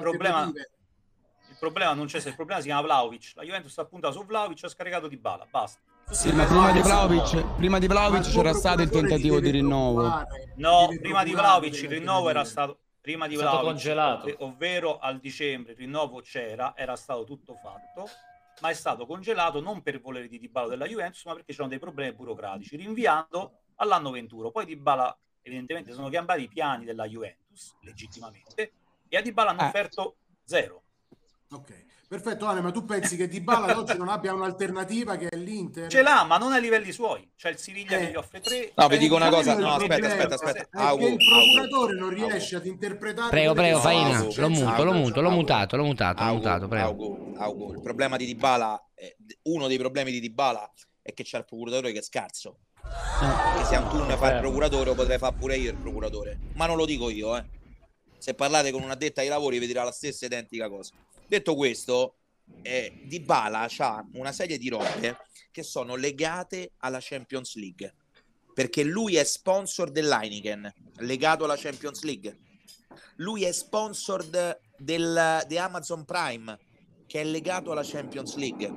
problema non c'è, il problema si chiama Vlahovic. La Juventus sta puntando su Vlahovic, ha scaricato Dybala, basta. Sì, ma prima di Vlahovic c'era stato il tentativo di rinnovo. No, prima di Vlahovic il rinnovo era stato congelato, ovvero al dicembre il rinnovo c'era, era stato tutto fatto, ma è stato congelato non per volere di Dybala della Juventus, ma perché c'erano dei problemi burocratici, rinviando all'anno 21. Poi Dybala, evidentemente sono cambiati i piani della Juventus legittimamente, e a Dybala hanno offerto 0. Ok, perfetto. Ale, ma tu pensi che Dybala oggi non abbia un'alternativa che è l'Inter? Ce l'ha, ma non ai livelli suoi. C'è il Siviglia che gli offre 3. No, vi dico una cosa. No, aspetta. È che il procuratore non riesce ad interpretare. Prego, Faina. L'ho mutato, prego. Augu. Il problema di Dybala, uno dei problemi di Dybala è che c'è il procuratore che è scarso. Che se tu ne fai il procuratore, lo potrei fare pure io il procuratore. Ma non lo dico io, Se parlate con un'addetta ai lavori vi dirà la stessa identica cosa. Detto questo, Dybala ha una serie di robe che sono legate alla Champions League, perché lui è sponsor dell'Heineken, legato alla Champions League. Lui è sponsor di Amazon Prime, che è legato alla Champions League.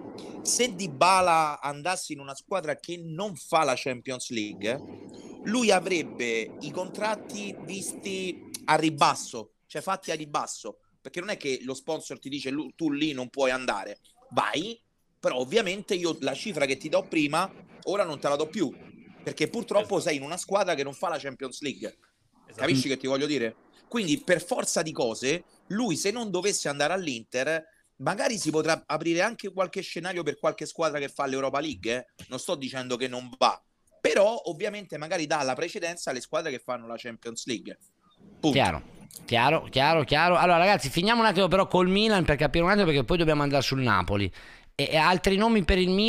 Se Dybala andasse in una squadra che non fa la Champions League, lui avrebbe i contratti visti a ribasso, cioè fatti a ribasso, perché non è che lo sponsor ti dice tu lì non puoi andare, vai, però ovviamente io la cifra che ti do prima ora non te la do più, perché purtroppo sei in una squadra che non fa la Champions League. Capisci che ti voglio dire? Quindi per forza di cose lui, se non dovesse andare all'Inter, magari si potrà aprire anche qualche scenario per qualche squadra che fa l'Europa League, non sto dicendo che non va, però ovviamente magari dà la precedenza alle squadre che fanno la Champions League. Punto. Chiaro. Allora ragazzi, finiamo un attimo però col Milan per capire un attimo, perché poi dobbiamo andare sul Napoli. E altri nomi per il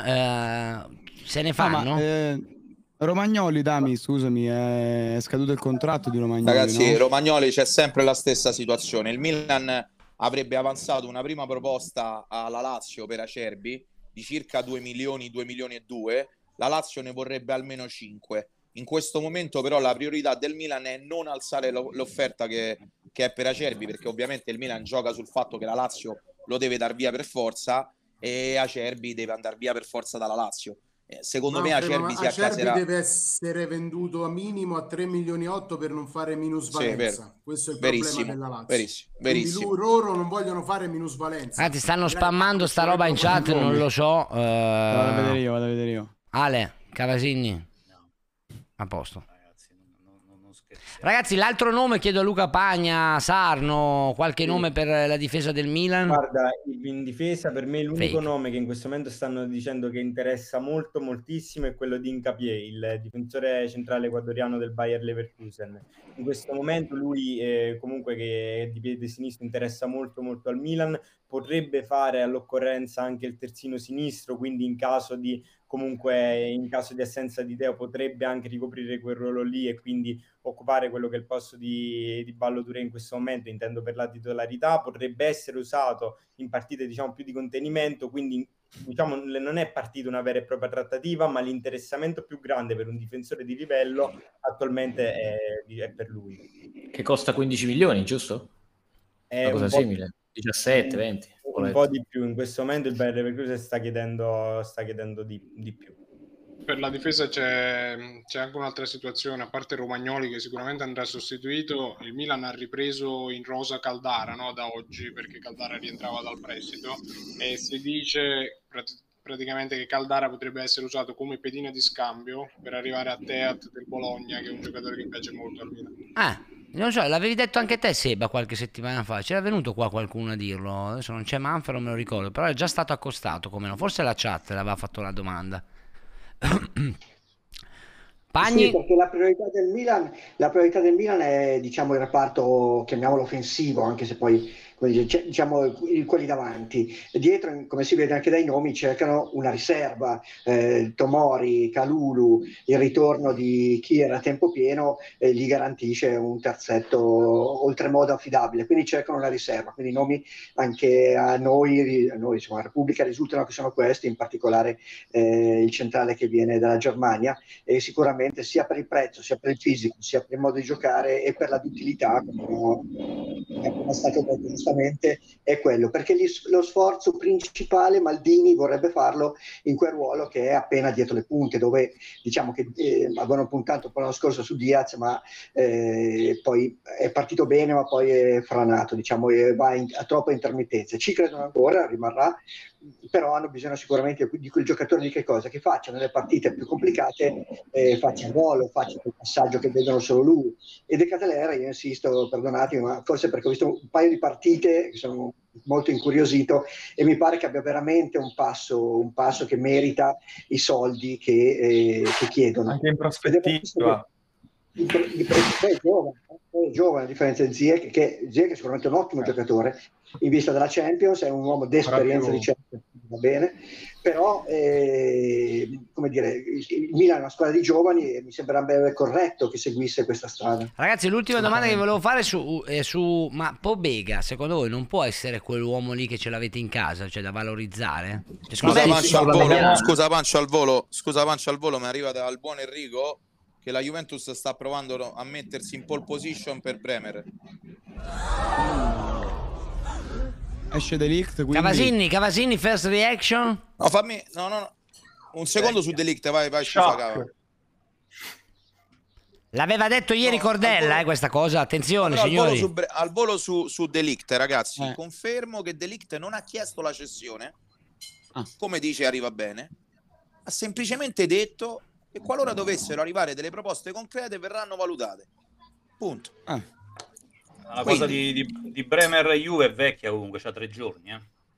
Milan se ne fanno? Romagnoli, scusami, è scaduto il contratto di Romagnoli. Ragazzi, no? Romagnoli c'è sempre la stessa situazione. Il Milan avrebbe avanzato una prima proposta alla Lazio per Acerbi di circa 2 milioni e 2. La Lazio ne vorrebbe almeno 5. In questo momento però la priorità del Milan è non alzare l'offerta che è per Acerbi, perché ovviamente il Milan gioca sul fatto che la Lazio lo deve dar via per forza e Acerbi deve andare via per forza dalla Lazio. Secondo me Acerbi si accaserà. Deve essere venduto a minimo a 3 milioni e 8 per non fare minusvalenza. Questo è il problema della Lazio. Verissimo. Loro non vogliono fare minusvalenza. Ti stanno spammando sta roba in chat, non lo so. Vado a vedere io. Ale, Cavasigni. A posto. Ragazzi, l'altro nome chiedo a Luca Pagna, Sarno, qualche nome per la difesa del Milan? Guarda, in difesa per me l'unico nome che in questo momento stanno dicendo che interessa moltissimo è quello di Hincapié, il difensore centrale ecuadoriano del Bayer Leverkusen. In questo momento lui comunque che è di piede sinistro interessa molto al Milan, potrebbe fare all'occorrenza anche il terzino sinistro, quindi in caso di assenza di Teo potrebbe anche ricoprire quel ruolo lì e quindi occupare quello che è il posto di Ballo Touré in questo momento, intendo per la titolarità. Potrebbe essere usato in partite diciamo più di contenimento, quindi diciamo non è partita una vera e propria trattativa, ma l'interessamento più grande per un difensore di livello attualmente è per lui. Che costa 15 milioni, giusto? È una cosa simile, 17, 20. Un po' di più, in questo momento il Bayer Leverkusen sta chiedendo di più. Per la difesa c'è anche un'altra situazione, a parte Romagnoli che sicuramente andrà sostituito, il Milan ha ripreso in rosa Caldara, no, da oggi, perché Caldara rientrava dal prestito e si dice praticamente che Caldara potrebbe essere usato come pedina di scambio per arrivare a Teat del Bologna, che è un giocatore che piace molto al Milan. Non so, l'avevi detto anche te, Seba, qualche settimana fa. C'era venuto qua qualcuno a dirlo. Adesso non c'è Manfred, non me lo ricordo. Però è già stato accostato, come no? Forse la chat l'aveva fatto la domanda. Pagni? Sì, perché la priorità del Milan è, diciamo, il reparto, chiamiamolo offensivo, anche se poi diciamo quelli davanti. Dietro, come si vede anche dai nomi, cercano una riserva, Tomori, Kalulu, il ritorno di chi era a tempo pieno gli garantisce un terzetto oltremodo affidabile, quindi cercano una riserva, quindi i nomi anche a noi insomma, a Repubblica risultano che sono questi, in particolare il centrale che viene dalla Germania, e sicuramente sia per il prezzo, sia per il fisico, sia per il modo di giocare e per la duttilità, come è stato detto giustamente, è quello, perché lo sforzo principale Maldini vorrebbe farlo in quel ruolo che è appena dietro le punte, dove diciamo che avevano puntato un po' l'anno scorso su Diaz, ma poi è partito bene ma poi è franato, diciamo, e va a troppe intermittenze. Ci credono ancora, rimarrà, però hanno bisogno sicuramente di quel giocatore di che cosa? Che faccia nelle partite più complicate, faccia il gol, faccia quel passaggio che vedono solo lui. E De Ketelaere, io insisto, perdonatemi, ma forse perché ho visto un paio di partite che sono molto incuriosito e mi pare che abbia veramente un passo che merita i soldi che chiedono. Anche in prospettiva. È giovane a differenza di Ziyech, che è sicuramente un ottimo giocatore in vista della Champions, è un uomo d'esperienza di Champions, va bene, però come dire, il Milan è una squadra di giovani e mi sembrerebbe corretto che seguisse questa strada. Ragazzi, l'ultima domanda che volevo fare è su ma Pobega, secondo voi non può essere quell'uomo lì che ce l'avete in casa, cioè da valorizzare? Scusa Pancio al volo, mi arriva dal buon Enrico che la Juventus sta provando a mettersi in pole position per Bremer. Esce De Ligt, quindi... Cavasigni, first reaction? No, fammi... No. Un secondo su De Ligt, vai, scusa. L'aveva detto ieri Cordella, questa cosa, attenzione signori. Al volo su De Ligt, ragazzi, confermo che De Ligt non ha chiesto la cessione, come dice arriva bene, ha semplicemente detto che qualora dovessero arrivare delle proposte concrete verranno valutate. Punto. La cosa di Bremer Juve è vecchia comunque, c'ha 3 giorni.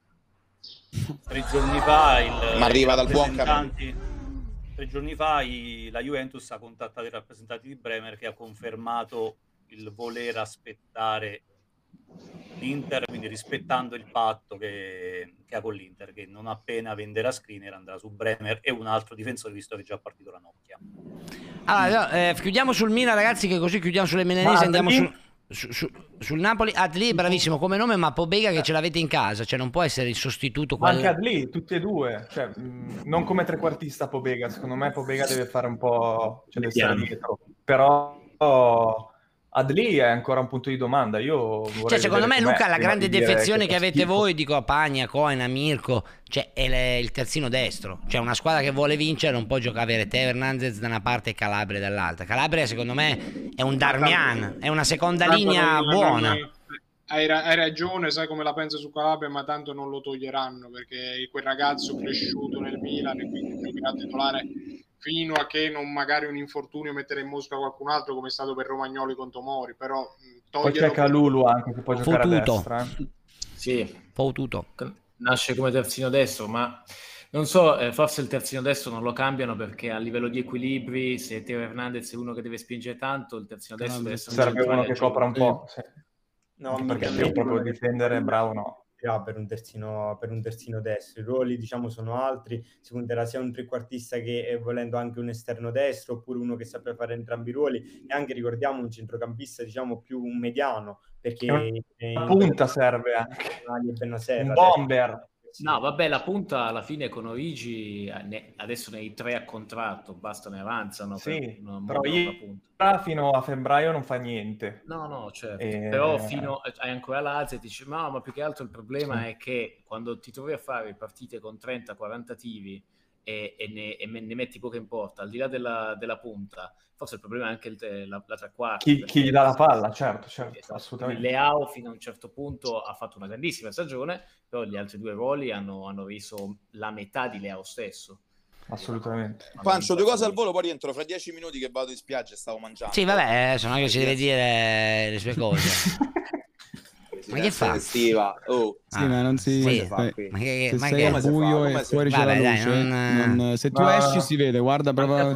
3 giorni fa ma arriva dal buon campo. 3 giorni fa la Juventus ha contattato i rappresentanti di Bremer, che ha confermato il voler aspettare l'Inter, quindi rispettando il patto che ha con l'Inter, che non appena venderà Skriniar andrà su Bremer e un altro difensore, visto che è già partito Ranocchia. Allora, chiudiamo sul Milan, ragazzi, che così chiudiamo sulle milanesi, andiamo sul Napoli. Adli, bravissimo come nome, ma Pobega che ce l'avete in casa, cioè non può essere il sostituto. Ma anche Adli, tutti e due, cioè, non come trequartista Pobega, secondo me Pobega deve fare un po', deve stare dietro, però Adli è ancora un punto di domanda. Io vorrei secondo me Luca, la grande defezione che avete voi, dico a Pagna, Cohen, a Mirko, cioè è il terzino destro, cioè una squadra che vuole vincere non può giocare, avere Teo Hernandez da una parte e Calabria dall'altra. Calabria secondo me è un Darmian, è una seconda linea buona. hai ragione, sai come la pensa su Calabria, ma tanto non lo toglieranno, perché quel ragazzo cresciuto nel Milan e quindi giocherà titolare fino a che non magari un infortunio mettere in mosca qualcun altro, come è stato per Romagnoli con Tomori. Però poi c'è Calulu anche che può giocare a destra. Sì, Foututo. Nasce come terzino destro, ma non so, forse il terzino destro non lo cambiano perché a livello di equilibri, se Teo Hernandez è uno che deve spingere tanto, il terzino destro deve essere serve uno che copra un po'. Sì. No, perché Teo proprio difendere bravo no. Per un terzino destro. I ruoli, diciamo, sono altri. Si punterà sia un trequartista che volendo anche un esterno destro, oppure uno che sappia fare entrambi i ruoli, e anche, ricordiamo, un centrocampista, diciamo, più un mediano, perché la punta serve anche. Un bomber. No, vabbè, la punta alla fine con Origi adesso nei 3 a contratto, basta, ne avanzano. Sì, però fino a febbraio non fa niente. No, certo. Però hai ancora Lazio e ti dici, ma più che altro il problema è che quando ti trovi a fare partite con 30-40 tiri e ne metti poco in porta, al di là della punta, forse il problema è anche la tre quarti. Chi gli dà la palla, certo, assolutamente. Leao fino a un certo punto ha fatto una grandissima stagione, però gli altri 2 ruoli hanno reso la metà di Leao stesso. Assolutamente. Pancio, 2 cose al volo, poi rientro fra 10 minuti che vado in spiaggia e stavo mangiando. Sì, vabbè, sono che ci deve dire le sue cose. Ma che fa? Estiva. Sì, ma non si fa qui. Se sei al buio e fuori c'è la luce, se tu esci si vede, guarda proprio.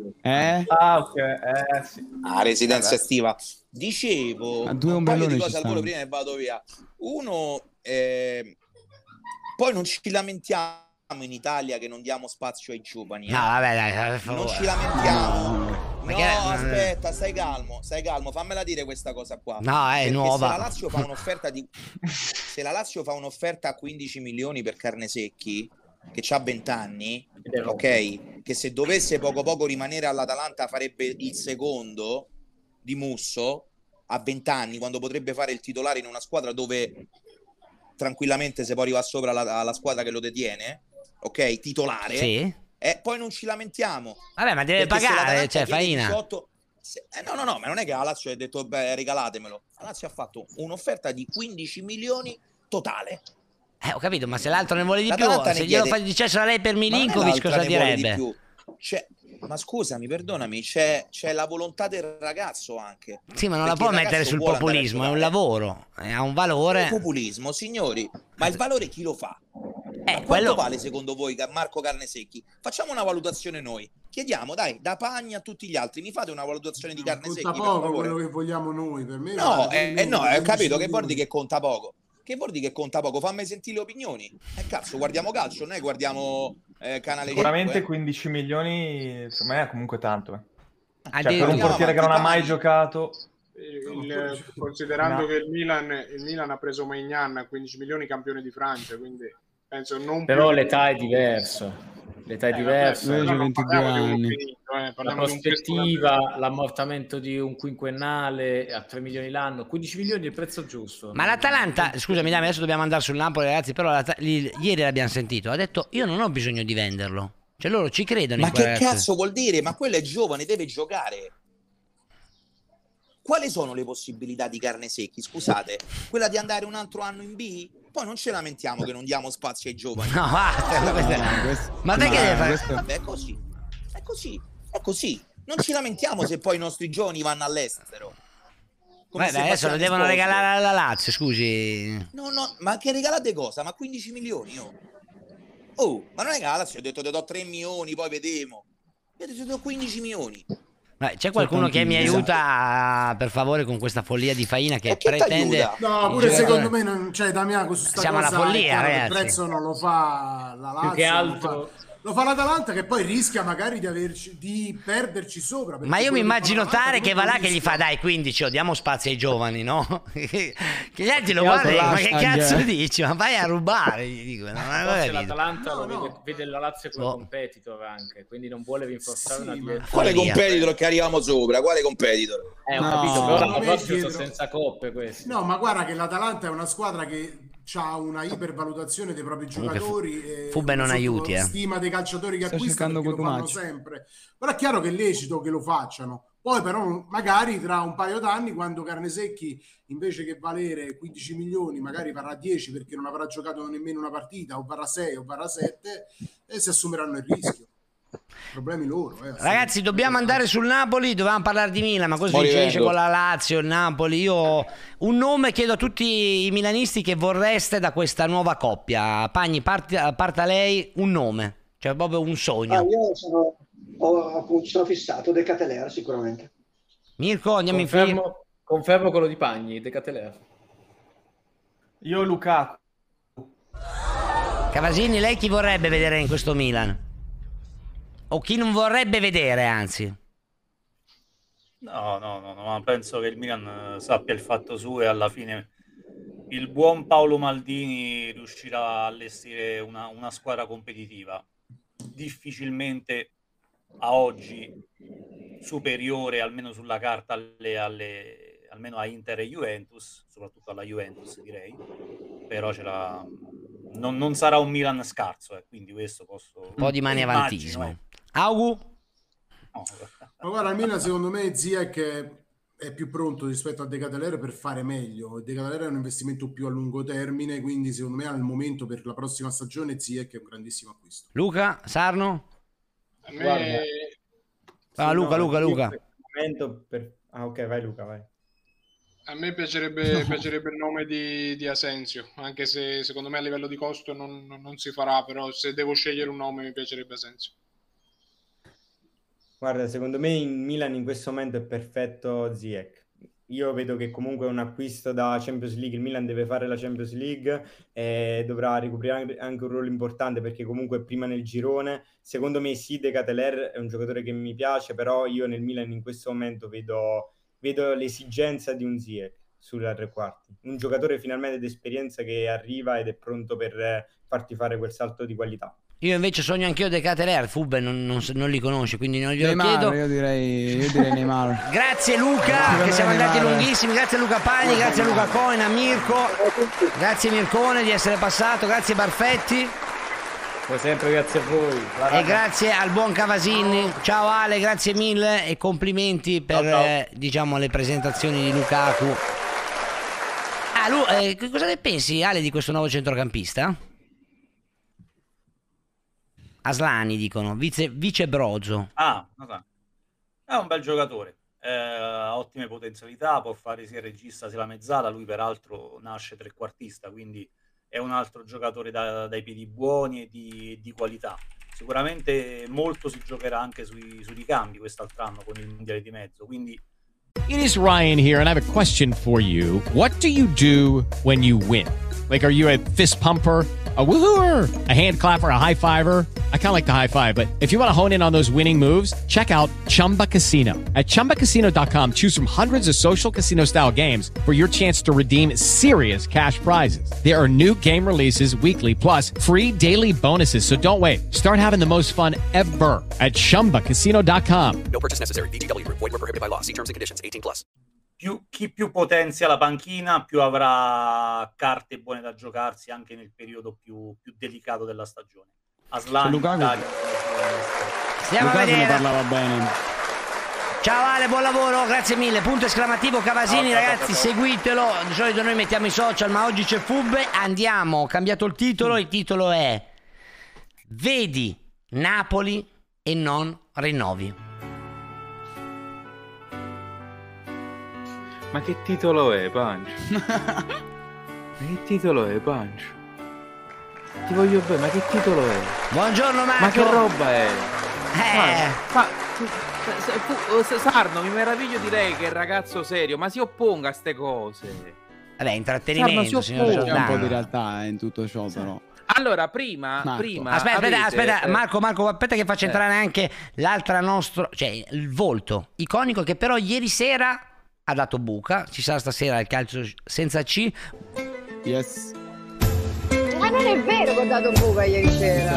Sì. Residenza estiva. Dicevo, un paio di cose al volo prima e vado via. Uno, poi non ci lamentiamo in Italia che non diamo spazio ai giovani. No, vabbè, dai, non ci lamentiamo. Aspetta, stai calmo, fammela dire questa cosa qua. No, è perché nuova. Se la Lazio fa un'offerta a 15 milioni per Carnesecchi, che c'ha 20 anni, ok, che se dovesse poco rimanere all'Atalanta farebbe il secondo di Musso a 20 anni, quando potrebbe fare il titolare in una squadra dove tranquillamente se poi arriva sopra alla squadra che lo detiene, ok, titolare. Sì. Poi non ci lamentiamo. Vabbè, ma deve pagare, cioè Faina. 18... No, ma non è che la Lazio ha detto regalatemelo. La Lazio ha fatto un'offerta di 15 milioni totale. Ho capito, ma se l'altro ne vuole di più, se glielo dicessero a lei per Milinkovic, cosa direbbe? Ma scusami, perdonami, c'è la volontà del ragazzo anche. Sì, ma non la può mettere sul populismo, è un lavoro, ha un valore. Il populismo, signori, ma il valore chi lo fa? Quanto vale secondo voi Marco Carnesecchi? Facciamo una valutazione noi. Chiediamo, dai, da Pagni a tutti gli altri, mi fate una valutazione di Carnesecchi? Conta poco quello che vogliamo noi, per me. No, ho capito che vuol dire che conta poco. Che vuol dire che conta poco? Fammi sentire le opinioni. Cazzo, guardiamo calcio, noi guardiamo Canale 5. Sicuramente 15 milioni, secondo me è comunque tanto. Cioè, per un portiere che non ha mai giocato... Considerando che il Milan ha preso Maignan a 15 milioni, campione di Francia, quindi penso non però più... l'età è diversa. L'età è diversa. Vabbè, 22 anni. La prospettiva, l'ammortamento di un quinquennale a 3 milioni l'anno, 15 milioni è il prezzo giusto. Ma l'Atalanta, scusami Dami, adesso dobbiamo andare sul Napoli, ragazzi, però ieri l'abbiamo sentito, ha detto io non ho bisogno di venderlo. Cioè loro ci credono. Ma che cazzo vuol dire? Ma quello è giovane, deve giocare. Quali sono le possibilità di Carnesecchi? Scusate, quella di andare un altro anno in B? Poi non ci lamentiamo che non diamo spazio ai giovani. No, ma te che deve fare? Vabbè, è così. Non ci lamentiamo se poi i nostri giovani vanno all'estero. Adesso lo devono regalare alla Lazio, scusi. No, ma che regalate cosa? Ma 15 milioni, ma non è che la Lazio ha detto ti do 3 milioni, poi vedremo. Io ti do 15 milioni. C'è qualcuno che mi aiuta per favore con questa follia di Faina che pretende. No, pure secondo me non c'è Damiano su sta siamo cosa. Alla follia, ragazzi. Il prezzo non lo fa la Lazio. Più che altro lo fa l'Atalanta, che poi rischia magari di perderci sopra. Ma io mi immagino Tare che va là che gli fa dai 15, diamo spazio ai giovani, no? Che gli altri lo guardano, ma che cazzo dici? Ma vai a rubare, gli dico. Forse l'Atalanta vede la Lazio come competitor anche, quindi non vuole rinforzare una direzione. Quale competitor che arriviamo sopra? Quale competitor? Ho capito, però l'anno prossimo sono senza coppe questi. No, ma guarda che l'Atalanta è una squadra che ha una ipervalutazione dei propri giocatori. Fubbe non aiuti, stima dei calciatori che acquistano, che lo fanno sempre. Però è chiaro che è lecito che lo facciano. Poi però magari tra un paio d'anni, quando Carnesecchi invece che valere 15 milioni magari varrà 10 perché non avrà giocato nemmeno una partita, o varrà 6 o varrà 7, e si assumeranno il rischio. Problemi loro. Ragazzi, dobbiamo andare sul Napoli, dovevamo parlare di Milan, ma così finisce con la Lazio, il Napoli. Io un nome chiedo a tutti i milanisti che vorreste da questa nuova coppia. Pagni, parta lei, un nome, cioè proprio un sogno. Io sono fissato, De Ketelaere sicuramente. Mirko, andiamo in film. Confermo quello di Pagni, De Ketelaere. Io Lukaku. Cavasini, lei chi vorrebbe vedere in questo Milan? O chi non vorrebbe vedere, anzi? No, ma penso che il Milan sappia il fatto suo e alla fine il buon Paolo Maldini riuscirà a allestire una squadra competitiva. Difficilmente a oggi superiore, almeno sulla carta, almeno a Inter e Juventus, soprattutto alla Juventus direi, però non sarà un Milan scarso, quindi questo posso... Un po' di mani avantismo. Augu? No. Ma guarda, il Milan secondo me Ziyech è più pronto rispetto a De Ketelaere per fare meglio. De Ketelaere è un investimento più a lungo termine, quindi secondo me al momento per la prossima stagione Ziyech è un grandissimo acquisto. Luca? Sarno? A me... Luca. Ok, vai Luca, vai. A me piacerebbe il nome di Asensio, anche se secondo me a livello di costo non si farà, però se devo scegliere un nome mi piacerebbe Asensio. Guarda, secondo me in Milan in questo momento è perfetto Ziyech. Io vedo che comunque è un acquisto da Champions League, il Milan deve fare la Champions League e dovrà ricoprire anche un ruolo importante perché comunque è prima nel girone. Secondo me sì, De Ketelaere è un giocatore che mi piace, però io nel Milan in questo momento vedo l'esigenza di un Ziyech sulla tre quarti. Un giocatore finalmente d'esperienza che arriva ed è pronto per farti fare quel salto di qualità. Io invece sogno anch'io De Ketelaere, Fubbe non li conosce, quindi non glielo chiedo. Io direi Neymar. Grazie Luca, che siamo andati lunghissimi, grazie a Luca Pagni, grazie a Luca Cohen, a Mirko, grazie Mircone di essere passato, grazie Barfetti. Come sempre grazie a voi. E grazie al buon Cavasini. Ciao Ale, grazie mille e complimenti per diciamo le presentazioni di Lukaku. Cosa ne pensi Ale di questo nuovo centrocampista? Aslani dicono, vice Brozo. È un bel giocatore, ha ottime potenzialità, può fare sia regista sia la mezzala, lui peraltro nasce trequartista, quindi è un altro giocatore dai piedi buoni e di qualità. Sicuramente molto si giocherà anche sui ricambi quest'altro anno con il mondiale di mezzo, quindi... It is Ryan here and I have a question for you. What do you do when you win? Like, are you a fist pumper, a woohooer, a hand clapper, a high fiver? I kind of like the high five, but if you want to hone in on those winning moves, check out Chumba Casino. At ChumbaCasino.com, choose from hundreds of social casino style games for your chance to redeem serious cash prizes. There are new game releases weekly, plus free daily bonuses. So don't wait. Start having the most fun ever at ChumbaCasino.com. No purchase necessary. VGW. Void where prohibited by law. See terms and conditions. 18+. Chi più potenzia la panchina, più avrà carte buone da giocarsi anche nel periodo più delicato della stagione. Aslani, Stiamo a vedere. ne parlava bene. Ciao Ale, buon lavoro, grazie mille. Punto esclamativo Cavasini, ragazzi, seguitelo. Di solito noi mettiamo i social, ma oggi c'è Fubbe. Andiamo, ho cambiato il titolo è Vedi Napoli e non rinnovi. Ma che titolo è, Punch? Ma che titolo è, Punch? Ti voglio bene, ma che titolo è? Buongiorno Marco. Ma che roba è? Sarno, mi meraviglio di lei che è ragazzo serio, ma si opponga a ste cose. Vabbè, intrattenimento, signor Giordano. C'è un po' di realtà in tutto ciò, però. Allora, prima aspetta, Marco, aspetta che faccia entrare anche l'altra nostra, cioè il volto iconico che però ieri sera ha dato buca. Ci sarà stasera il calcio senza C. Yes. Ma non è vero che ho dato buca ieri sera.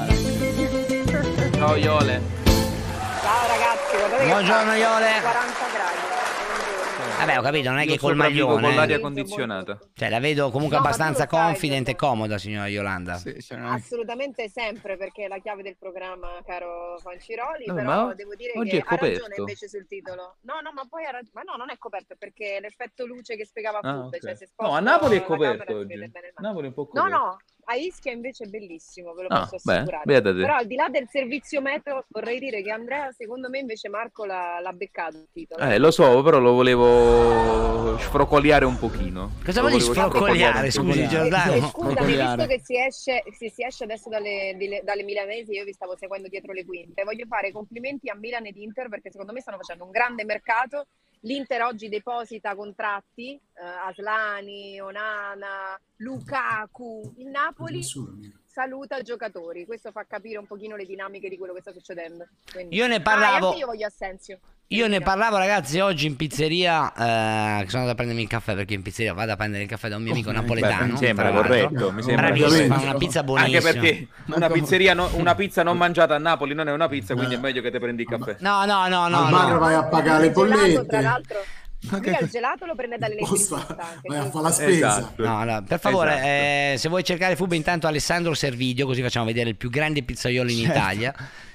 Ciao Iole. Ciao ragazzi, guardate buongiorno che Iole. 40 gradi. Vabbè, ho capito, non è Io che col sopravvivo maglione. con l'aria condizionata. Cioè, la vedo comunque No, ma tu abbastanza lo sai, confident e comoda, signora Yolanda. Assolutamente sempre, perché è la chiave del programma, caro Fanciroli, No, però ma devo dire oggi che è ha ragione coperto. invece sul titolo. No, ma poi ma no, non è coperto, perché l'effetto luce che spiegava Food, Ok. cioè se No, a sposto Napoli è la camera coperto si oggi. vede bene il Napoli è un po' No, coperto. no, a Ischia invece è bellissimo, ve lo Ah, posso beh, assicurare. beata te. Però al di là del servizio meteo, vorrei dire che Andrea, secondo me invece Marco l'ha beccato il titolo. Lo so, però lo volevo sfrocoliare un pochino. Cosa Lo vuol dire volevo sfrocoliare? sfrocoliare un Scusi, pochino. Giordano. Scusami, visto che si esce adesso dalle milanesi, io vi stavo seguendo dietro le quinte, voglio fare complimenti a Milan ed Inter perché secondo me stanno facendo un grande mercato. L'Inter oggi deposita contratti, Aslani, Onana, Lukaku. Il Napoli saluta giocatori. Questo fa capire un pochino le dinamiche di quello che sta succedendo. Quindi... Io ne e parlavo- anche io voglio Assensio. Io ne parlavo, ragazzi, oggi in pizzeria, che sono andato a prendermi il caffè, perché in pizzeria vado a prendere il caffè da un mio amico napoletano. Mi sembra tra l'altro. corretto, mi sembra Bravissimo, corretto. fa una pizza buonissima. Anche perché una pizzeria, una pizza non mangiata a Napoli non è una pizza, quindi è meglio che te prendi il caffè. No. Al bar vai a pagare le Il gelato, bollette. tra l'altro, lui il gelato lo prende dall'elettricista. Vai a fare la spesa. Esatto. No, per favore, se vuoi cercare Fube, intanto Alessandro Servidio, così facciamo vedere il più grande pizzaiolo in Italia.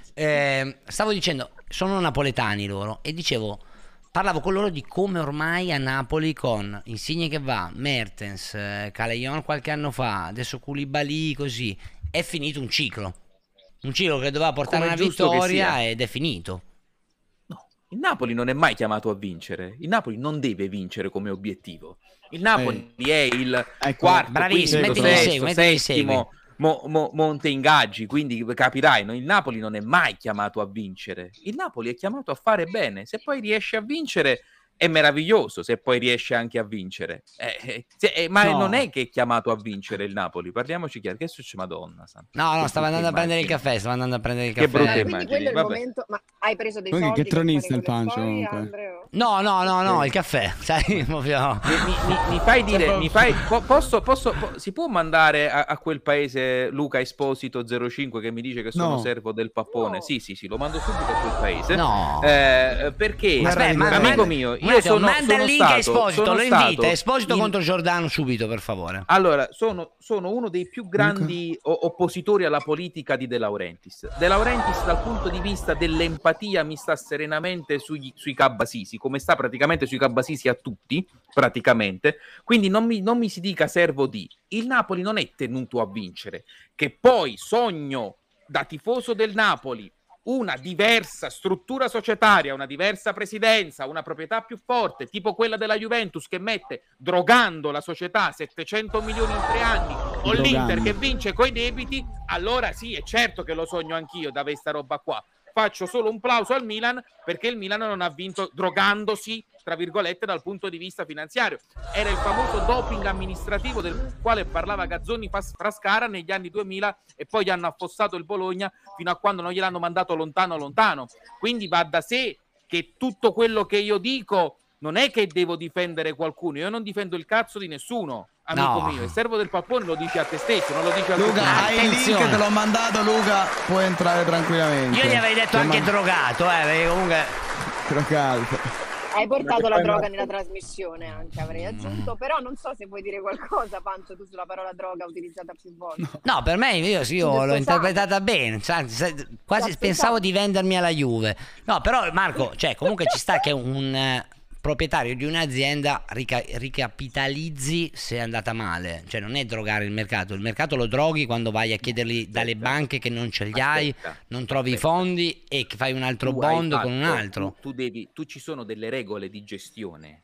Stavo dicendo, sono napoletani loro, e parlavo con loro di come ormai a Napoli, con Insigne che va, Mertens, Calayon qualche anno fa, adesso Koulibaly, così, è finito un ciclo che doveva portare Come una giusto che vittoria sia. ed è finito. Il Napoli non è mai chiamato a vincere. Il Napoli non deve vincere come obiettivo. Il Napoli è il quarto, bravissimo, quinto, sesto, settimo monte ingaggi, quindi capirai, no? Il Napoli non è mai chiamato a vincere. Il Napoli è chiamato a fare bene. Se poi riesce a vincere è meraviglioso, se poi riesce anche a vincere. Ma No. non è che è chiamato a vincere il Napoli, parliamoci chiaro. Che succede, Madonna santa. No, Che stava andando a brutte prendere il immagini. caffè, stava andando a prendere il Che caffè. brutte Quindi immagini, quello è il vabbè. momento. Ma hai preso dei Comunque, soldi? che tronista il per fare Pancio, quelle comunque. storie, Andrea? No, il caffè, sai, proprio... Mi fai dire, si può mandare a quel paese Luca Esposito 05 che mi dice che sono No. servo del pappone? Sì, lo mando subito a quel paese. No. Perché, Aspetta, amico mio, io sono manda il link a Esposito, lo invita, Esposito in- contro Giordano subito, per favore. Allora, sono uno dei più grandi oppositori alla politica di De Laurentiis. De Laurentiis, dal punto di vista dell'empatia, mi sta serenamente sui Cabbasisi, come sta praticamente sui Cabbasisi a tutti, praticamente. Quindi non mi si dica servo di. Il Napoli non è tenuto a vincere. Che poi sogno da tifoso del Napoli una diversa struttura societaria, una diversa presidenza, una proprietà più forte, tipo quella della Juventus che mette, drogando la società, 700 milioni in 3 anni, o l'Inter che vince coi debiti, allora sì, è certo che lo sogno anch'io da avere sta roba qua. Faccio solo un plauso al Milan perché il Milan non ha vinto drogandosi, tra virgolette, dal punto di vista finanziario. Era il famoso doping amministrativo del quale parlava Gazzoni Frascara negli anni 2000 e poi gli hanno affossato il Bologna fino a quando non gliel'hanno mandato lontano. Quindi va da sé che tutto quello che io dico non è che devo difendere qualcuno, io non difendo il cazzo di nessuno, amico mio. Il servo del pappone lo dici a te stesso, non lo dici a Luca, hai il link, te l'ho mandato, Luca, puoi entrare tranquillamente. Io gli avrei detto anche drogato, perché comunque... Drogato. Hai portato la droga nella trasmissione anche, avrei aggiunto, però non so se vuoi dire qualcosa, Pancio, tu sulla parola droga utilizzata più volte. No, per me io l'ho interpretata bene, quasi pensavo di vendermi alla Juve. No, però Marco, cioè comunque ci sta che un proprietario di un'azienda ricapitalizzi se è andata male, cioè non è drogare il mercato lo droghi quando vai a chiederli dalle banche che non ce li hai, non trovi i fondi e che fai un altro bond con un altro. Tu ci sono delle regole di gestione,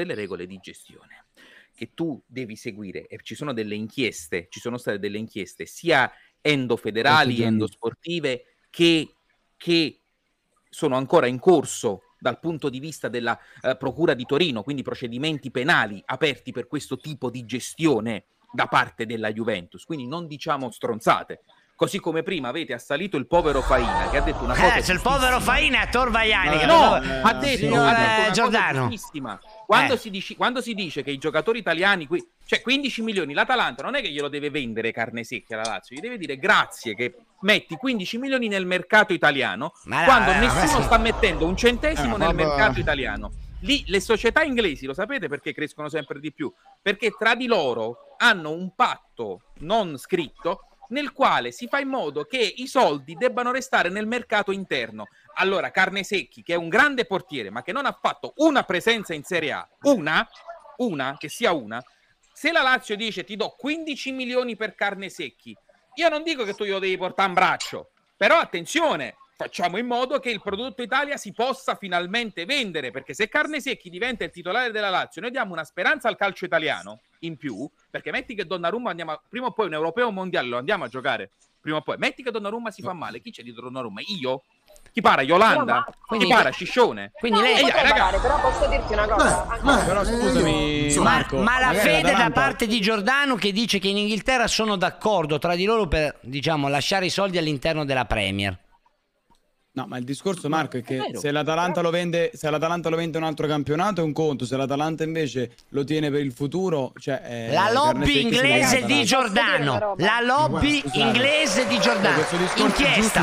che tu devi seguire e ci sono state delle inchieste sia endofederali, endosportive che sono ancora in corso dal punto di vista della Procura di Torino, quindi procedimenti penali aperti per questo tipo di gestione da parte della Juventus, quindi non diciamo stronzate. Così come prima avete assalito il povero Faina che ha detto una cosa c'è il povero Faina a Torvaiani che ha detto una Giordano. cosa giustissima. Quando si dice che i giocatori italiani cioè 15 milioni, l'Atalanta non è che glielo deve vendere carne secca alla Lazio, gli deve dire grazie che metti 15 milioni nel mercato italiano quando nessuno sta mettendo un centesimo nel mercato italiano. Lì le società inglesi, lo sapete perché crescono sempre di più? Perché tra di loro hanno un patto non scritto nel quale si fa in modo che i soldi debbano restare nel mercato interno. Allora, Carnesecchi, che è un grande portiere, ma che non ha fatto una presenza in Serie A, una, che sia una, se la Lazio dice ti do 15 milioni per Carnesecchi, io non dico che tu glielo devi portare in braccio, però attenzione, facciamo in modo che il prodotto Italia si possa finalmente vendere, perché se Carnesecchi diventa il titolare della Lazio, noi diamo una speranza al calcio italiano in più, perché metti che Donnarumma prima o poi un europeo mondiale lo andiamo a giocare, prima o poi, metti che Donnarumma si fa male, chi c'è di Donnarumma? Io? Chi para? Yolanda? Chi para? Sciscione? Quindi lei però posso dirti una cosa, Però scusami, Marco, ma la magari fede da l'Atalanta- parte di Giordano che dice che in Inghilterra sono d'accordo tra di loro per, diciamo, lasciare i soldi all'interno della Premier. No, ma il discorso, Marco, è che se l'Atalanta lo vende un altro campionato è un conto, se l'Atalanta invece lo tiene per il futuro, cioè La lobby inglese di Giordano, la lobby inglese di Giordano. Inchiesta.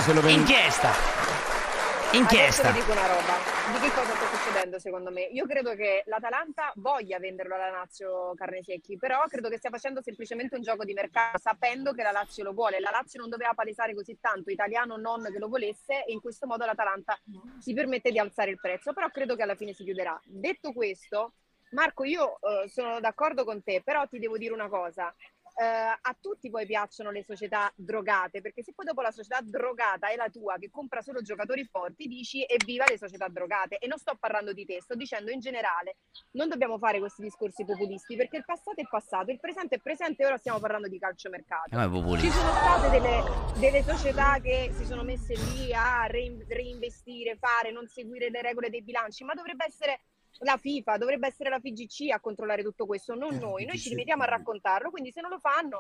Adesso vi dico una roba. Di che cosa sta succedendo secondo me? Io credo che l'Atalanta voglia venderlo alla Lazio Carnesecchi, però credo che stia facendo semplicemente un gioco di mercato, sapendo che la Lazio lo vuole. La Lazio non doveva palesare così tanto, italiano non che lo volesse, e in questo modo l'Atalanta si permette di alzare il prezzo, però credo che alla fine si chiuderà. Detto questo, Marco, io sono d'accordo con te, però ti devo dire una cosa. A tutti poi piacciono le società drogate, perché se poi dopo la società drogata è la tua che compra solo giocatori forti, dici evviva le società drogate. E non sto parlando di te, sto dicendo in generale, non dobbiamo fare questi discorsi populisti, perché il passato è passato, il presente è presente, e ora stiamo parlando di calciomercato. Ci sono state delle società che si sono messe lì a reinvestire, fare, non seguire le regole dei bilanci, ma dovrebbe essere la FIFA, dovrebbe essere la FIGC a controllare tutto questo, non noi ci limitiamo a raccontarlo, quindi se non lo fanno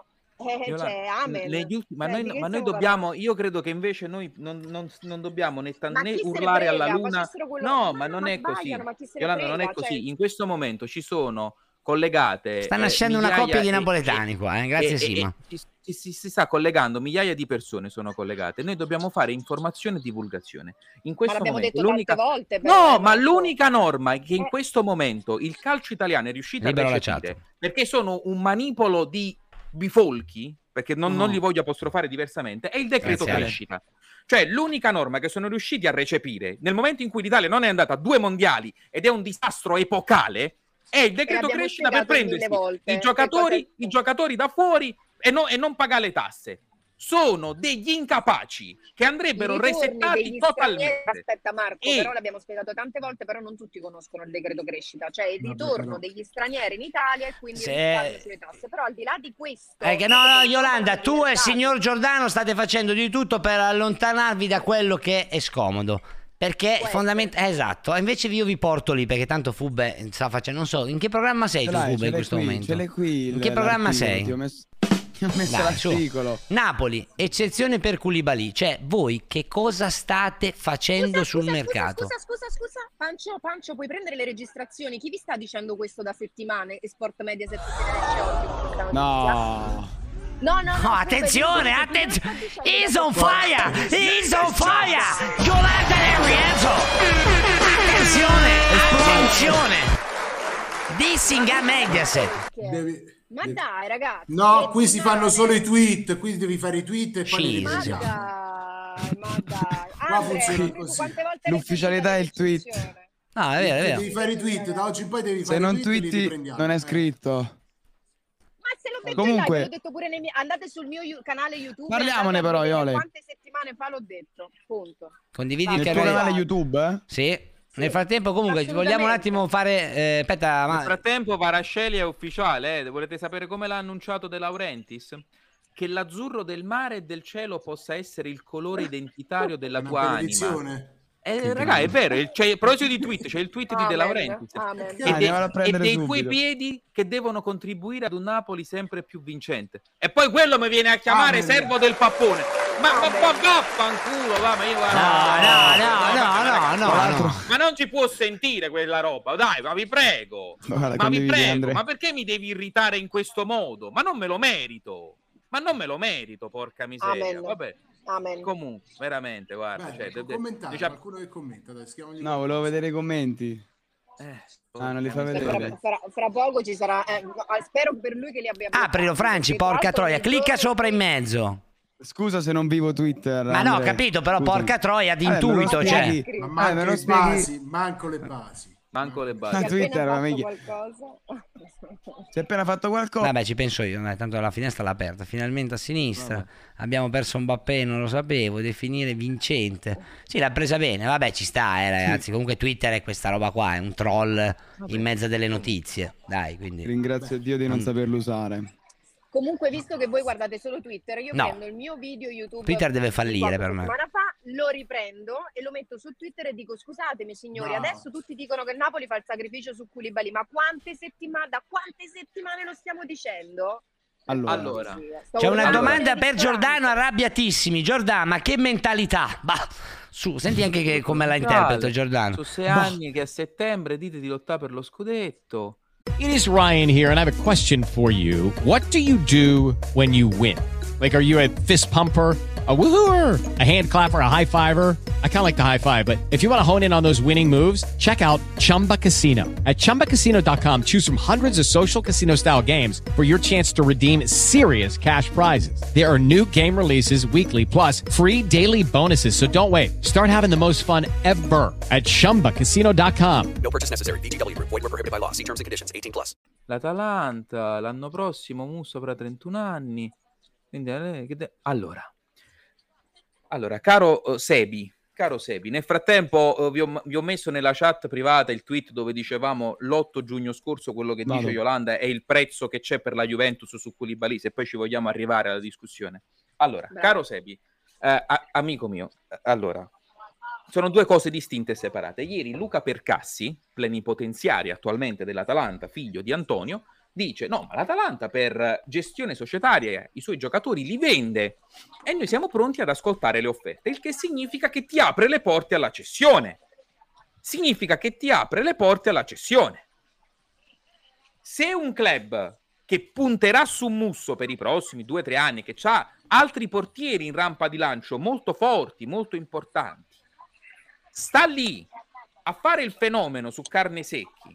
amen. Ma noi dobbiamo, io credo che invece noi non dobbiamo né urlare alla luna, ma non è così, Yolanda, non è così. In questo momento ci sono collegate, Sta nascendo una coppia di napoletani qua, grazie Sima. Si sta collegando, migliaia di persone sono collegate. Noi dobbiamo fare informazione e divulgazione. In questo momento l'unica volte, però, ma l'unica norma che in questo momento il calcio italiano è riuscito a recepire, perché sono un manipolo di bifolchi, perché non li voglio apostrofare diversamente, è il decreto crescita. Cioè l'unica norma che sono riusciti a recepire nel momento in cui l'Italia non è andata a 2 mondiali ed è un disastro epocale, è il decreto crescita per prendersi i giocatori da fuori e non pagare le tasse. Sono degli incapaci che andrebbero resettati totalmente. Aspetta Marco, però l'abbiamo spiegato tante volte, però non tutti conoscono il decreto crescita, cioè il ritorno degli stranieri in Italia e quindi il risparmio sulle tasse. Però al di là di questo, no, Yolanda, tu e il signor Giordano state facendo di tutto per allontanarvi da quello che è scomodo. Perché fondamentalmente esatto, invece io vi porto lì perché tanto Fubbe sta facendo, non so in che programma sei tu Fubbe in questo momento. Ce l'hai qui, in che programma sei? Ti ho messo l'articolo. Napoli, eccezione per Koulibaly, cioè voi che cosa state facendo sul mercato? Scusa, Pancio, puoi prendere le registrazioni? Chi vi sta dicendo questo da settimane? E Sport Mediaset No, attenzione, he's on fire, Yolanda Del Rienzo, attenzione, dissing a Mediaset. Ma dai ragazzi, no, qui si fanno solo i tweet, qui devi fare i tweet e poi ma dai. Qua funziona così. L'ufficialità è il tweet. No, è vero. Devi fare i tweet, da oggi in poi devi fare i tweet. Se non tweeti non è scritto. Ma se l'ho detto comunque l'ho detto pure andate sul mio canale YouTube. Parliamone però, Iole. Quante settimane fa l'ho detto, punto. Condividi il tuo canale YouTube? Sì. Nel frattempo comunque vogliamo un attimo fare aspetta, nel frattempo Varasceli è ufficiale, volete sapere come l'ha annunciato De Laurentiis? Che l'azzurro del mare e del cielo possa essere il colore identitario della tua anima. Raga, è vero, c'è a proposito di tweet, c'è il tweet di De Laurentiis e dei tuoi piedi che devono contribuire ad un Napoli sempre più vincente. E poi quello mi viene a chiamare servo del pappone. Ma vaffanculo, va, ma io no. Ma non ci può sentire quella roba, dai, ma vi prego. Ma perché mi devi irritare in questo modo? Ma non me lo merito. Porca miseria. Vabbè. Amen. Comunque, veramente, guarda. Qualcuno che commenta, dai, no, volevo vedere i commenti. non li fa vedere. Fra poco ci sarà. Spero per lui che li abbia. Aprilo, Franci, porca troia. Clicca sopra in mezzo. Scusa se non vivo Twitter. Ma no, capito, però scusa. Porca troia, d'intuito. Cioè. Ma manco le basi. Manco le basi. Twitter, si è appena fatto qualcosa. Vabbè, ci penso io, tanto la finestra l'ha aperta. Finalmente a sinistra. Abbiamo perso Mbappé, non lo sapevo. Definire vincente. Sì, l'ha presa bene. Vabbè, ci sta, ragazzi. Sì. Comunque Twitter è questa roba qua, è un troll in mezzo delle notizie. Dai, quindi. Ringrazio Dio di non saperlo usare. Comunque, visto che voi guardate solo Twitter, io prendo il mio video YouTube. Twitter deve fallire per me. Settimana fa lo riprendo e lo metto su Twitter e dico: scusatemi signori, adesso tutti dicono che il Napoli fa il sacrificio su Koulibaly, ma da quante settimane lo stiamo dicendo? Allora. C'è una domanda per Giordano, arrabbiatissimi. Giordano, ma che mentalità? Bah, su, senti anche come la interpreto Giordano. Su 6 anni che a settembre dite di lottare per lo scudetto. It is Ryan here, and I have a question for you. What do you do when you win? Like, are you a fist pumper, a woohooer, a hand clapper, a high fiver? I kind of like the high five, but if you want to hone in on those winning moves, check out Chumba Casino. At ChumbaCasino.com, choose from hundreds of social casino-style games for your chance to redeem serious cash prizes. There are new game releases weekly, plus free daily bonuses, so don't wait. Start having the most fun ever at ChumbaCasino.com. No purchase necessary. VGW. Void where prohibited by law. See terms and conditions. 18+. L'Atalanta, l'anno prossimo Musso avrà 31 anni. Quindi, allora, caro Sebi, nel frattempo vi ho messo nella chat privata il tweet dove dicevamo l'8 giugno scorso quello che dice Yolanda è il prezzo che c'è per la Juventus su Koulibaly, se poi ci vogliamo arrivare alla discussione. Allora, caro Sebi, amico mio, allora, sono due cose distinte e separate. Ieri Luca Percassi, plenipotenziario attualmente dell'Atalanta, figlio di Antonio, dice no, ma l'Atalanta per gestione societaria i suoi giocatori li vende e noi siamo pronti ad ascoltare le offerte, il che significa che ti apre le porte alla cessione. Se un club che punterà su Musso per i prossimi 2 o 3 anni, che ha altri portieri in rampa di lancio molto forti, molto importanti, sta lì a fare il fenomeno su Carnesecchi,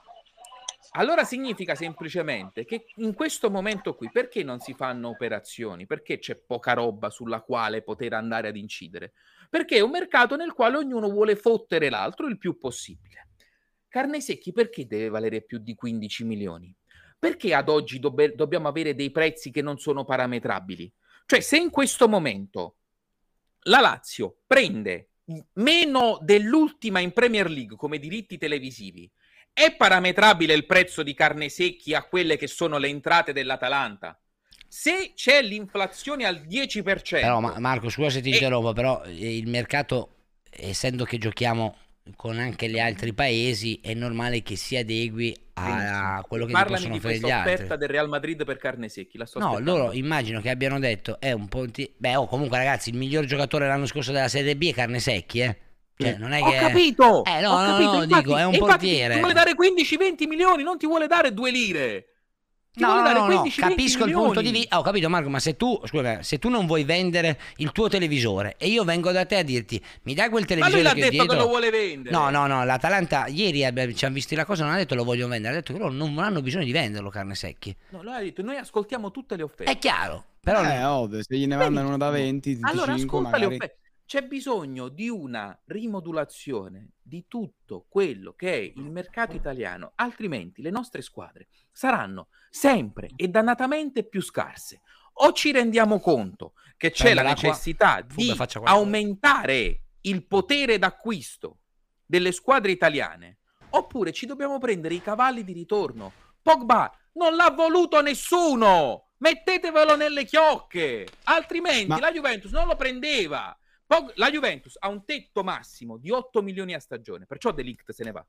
allora significa semplicemente che in questo momento qui perché non si fanno operazioni? Perché c'è poca roba sulla quale poter andare ad incidere? Perché è un mercato nel quale ognuno vuole fottere l'altro il più possibile. Carnesecchi perché deve valere più di 15 milioni? Perché ad oggi dobbiamo avere dei prezzi che non sono parametrabili? Cioè, se in questo momento la Lazio prende meno dell'ultima in Premier League come diritti televisivi, è parametrabile il prezzo di Carnesecchi a quelle che sono le entrate dell'Atalanta? Se c'è l'inflazione al 10%... Però Marco, scusa se ti interrompo, però il mercato, essendo che giochiamo con anche gli altri paesi, è normale che si adegui a quello che Parlami possono di fare gli questa altri. offerta del Real Madrid per Carnesecchi, la sto aspettando. Loro immagino che abbiano detto è un po'... comunque ragazzi, il miglior giocatore l'anno scorso della Serie B è Carnesecchi, Cioè, non è ho che... capito! No, infatti, dico, è un portiere. Ti vuole dare 15-20 milioni, non ti vuole dare 2 lire. No, capisco il punto di vista. Ho capito, Marco, ma se tu non vuoi vendere il tuo televisore e io vengo da te a dirti mi dai quel televisore, ma lui l'ha che detto dietro... che lo vuole vendere. No, l'Atalanta ieri ci hanno visto la cosa, non ha detto lo voglio vendere, ha detto che loro non hanno bisogno di venderlo, Carnesecchi. No, lui ha detto noi ascoltiamo tutte le offerte. È chiaro, però ovvio, se gliene mandano uno da 20, allora 25 ascolta magari... le offerte. C'è bisogno di una rimodulazione di tutto quello che è il mercato italiano, altrimenti le nostre squadre saranno sempre e dannatamente più scarse. O ci rendiamo conto che c'è la necessità di aumentare il potere d'acquisto delle squadre italiane, oppure ci dobbiamo prendere i cavalli di ritorno. Pogba non l'ha voluto nessuno, mettetevelo nelle chiocche, altrimenti la Juventus non lo prendeva. La Juventus ha un tetto massimo di 8 milioni a stagione, perciò De Ligt se ne va.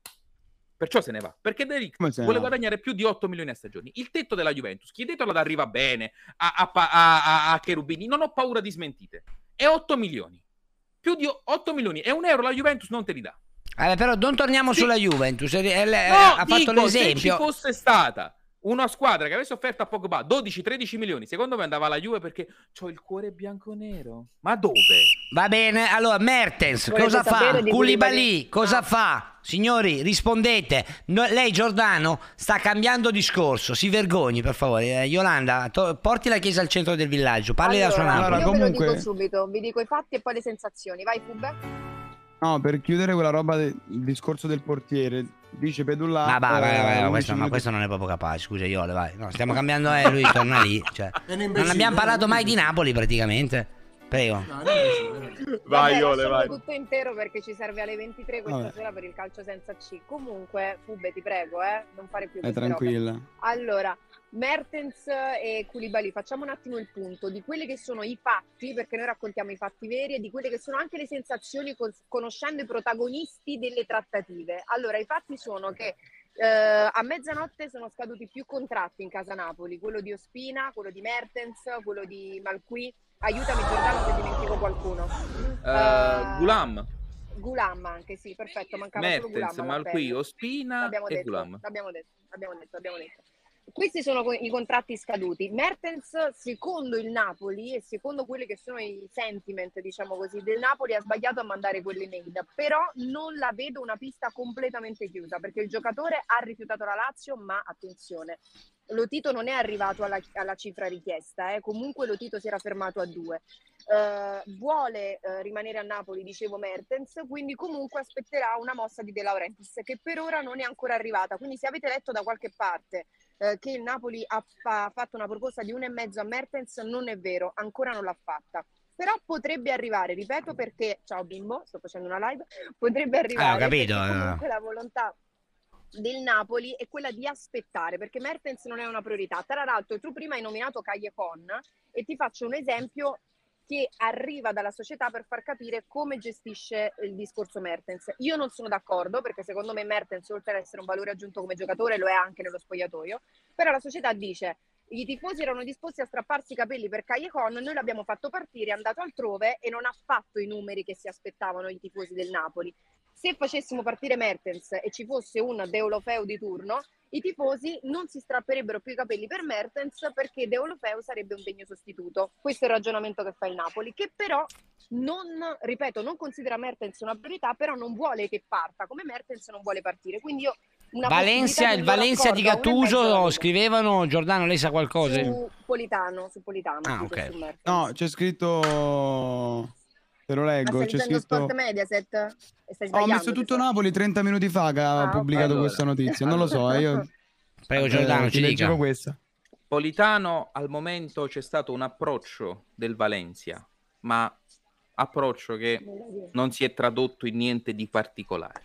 Perché De Ligt vuole guadagnare più di 8 milioni a stagione. Il tetto della Juventus, chiedetelo ad Arriva Bene, a Cherubini, non ho paura di smentite. È 8 milioni. Più di 8 milioni e €1 la Juventus non te li dà. Però non torniamo sulla Juventus. Ha fatto l'esempio. Se ci fosse stata una squadra che avesse offerto a Pogba 12-13 milioni, secondo me andava alla Juve perché c'ho il cuore bianco-nero. Ma dove? Va bene, allora Mertens Volete cosa fa? sapere di Koulibaly cosa fa? Signori, rispondete. Lei, Giordano, sta cambiando discorso. Si vergogni, per favore. Yolanda, porti la chiesa al centro del villaggio. Parli della sua Napoli. Io ve lo dico subito, vi dico i fatti e poi le sensazioni. Vai, Fubbe. No, per chiudere quella roba il discorso del portiere, dice Pedulla. Ma questo non è proprio capace. Scusa, Iole, vai. No, stiamo cambiando. Lui torna lì. Cioè, non abbiamo parlato mai di Napoli, praticamente. Prego. Vai, Iole, vai. Tutto intero perché ci serve alle 23 questa sera per il calcio senza C. Comunque, Fubbe, ti prego, non fare più queste tranquilla. robe. Allora, Mertens e Koulibaly, facciamo un attimo il punto di quelli che sono i fatti, perché noi raccontiamo i fatti veri, e di quelle che sono anche le sensazioni conoscendo i protagonisti delle trattative. Allora, i fatti sono che a mezzanotte sono scaduti più contratti in casa Napoli, quello di Ospina, quello di Mertens, quello di Malqui. Aiutami, Giordano, se dimentico qualcuno. Gulam anche, sì, perfetto, mancava Mertens, solo Gulam. Malqui, Ospina e Gulam. L'abbiamo detto. Questi sono i contratti scaduti. Mertens, secondo il Napoli e secondo quelli che sono i sentiment, diciamo così, del Napoli, ha sbagliato a mandare quelle mail, però non la vedo una pista completamente chiusa, perché il giocatore ha rifiutato la Lazio, ma attenzione, Lotito non è arrivato alla cifra richiesta, comunque Lotito si era fermato a 2. Vuole rimanere a Napoli, dicevo Mertens, quindi comunque aspetterà una mossa di De Laurentiis che per ora non è ancora arrivata. Quindi se avete letto da qualche parte che il Napoli ha fatto una proposta di 1,5 a Mertens, non è vero, ancora non l'ha fatta. Però potrebbe arrivare, ripeto, perché ciao bimbo, sto facendo una live, potrebbe arrivare, ho capito. Comunque la volontà del Napoli è quella di aspettare, perché Mertens non è una priorità. Tra l'altro tu prima hai nominato Callejon e ti faccio un esempio che arriva dalla società per far capire come gestisce il discorso Mertens. Io non sono d'accordo, perché secondo me Mertens, oltre ad essere un valore aggiunto come giocatore, lo è anche nello spogliatoio, però la società dice: i tifosi erano disposti a strapparsi i capelli per Callejon, noi l'abbiamo fatto partire, è andato altrove e non ha fatto i numeri che si aspettavano i tifosi del Napoli. Se facessimo partire Mertens e ci fosse un Deulofeu di turno, i tifosi non si strapperebbero più i capelli per Mertens, perché Deulofeu sarebbe un degno sostituto. Questo è il ragionamento che fa il Napoli, che però non considera Mertens una priorità, però non vuole che parta, come Mertens non vuole partire. Quindi io il Valencia di Gattuso scrivevano, Giordano, lei sa qualcosa? Su Politano. Ah, ok. No, c'è scritto... Te lo leggo, c'è scritto Sport Mediaset? Ho messo tutto Napoli 30 minuti fa che ha pubblicato questa notizia. Non lo so, io prego Giordano, ci dica questa. Politano, al momento c'è stato un approccio del Valencia, ma approccio che non si è tradotto in niente di particolare.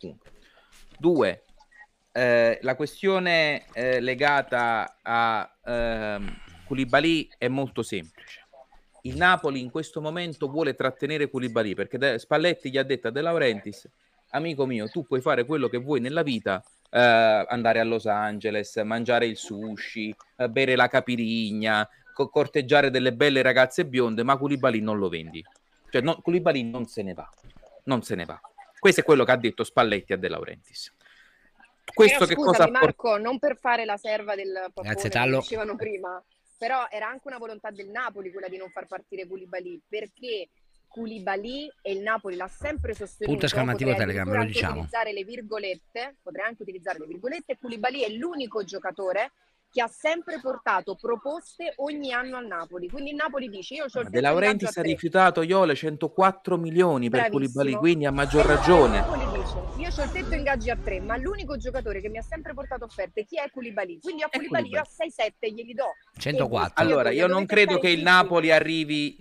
2, la questione legata a Koulibaly è molto semplice. Il Napoli in questo momento vuole trattenere Koulibaly perché Spalletti gli ha detto a De Laurentiis: amico mio, tu puoi fare quello che vuoi nella vita, andare a Los Angeles, mangiare il sushi, bere la capirigna, corteggiare delle belle ragazze bionde, ma Koulibaly non lo vendi. Cioè Koulibaly non se ne va. Questo è quello che ha detto Spalletti a De Laurentiis. Questo però, scusami, Marco, non per fare la serva del pappone che dicevano prima, però era anche una volontà del Napoli quella di non far partire Koulibaly, perché Koulibaly e il Napoli l'ha sempre sostenuto. Punto esclamativo Telegram, ve lo diciamo. Potrei anche utilizzare le virgolette. Koulibaly è l'unico giocatore che ha sempre portato proposte ogni anno al Napoli, quindi il Napoli dice: io c'ho il De Laurentiis ha rifiutato, Iole, 104 milioni per Koulibaly, quindi a maggior e ragione. Napoli dice: io c'ho il tetto ingaggi a 3, ma l'unico giocatore che mi ha sempre portato offerte chi è? Koulibaly, quindi a Koulibaly io a 6-7 glieli do 104. Allora io non credo che il Napoli arrivi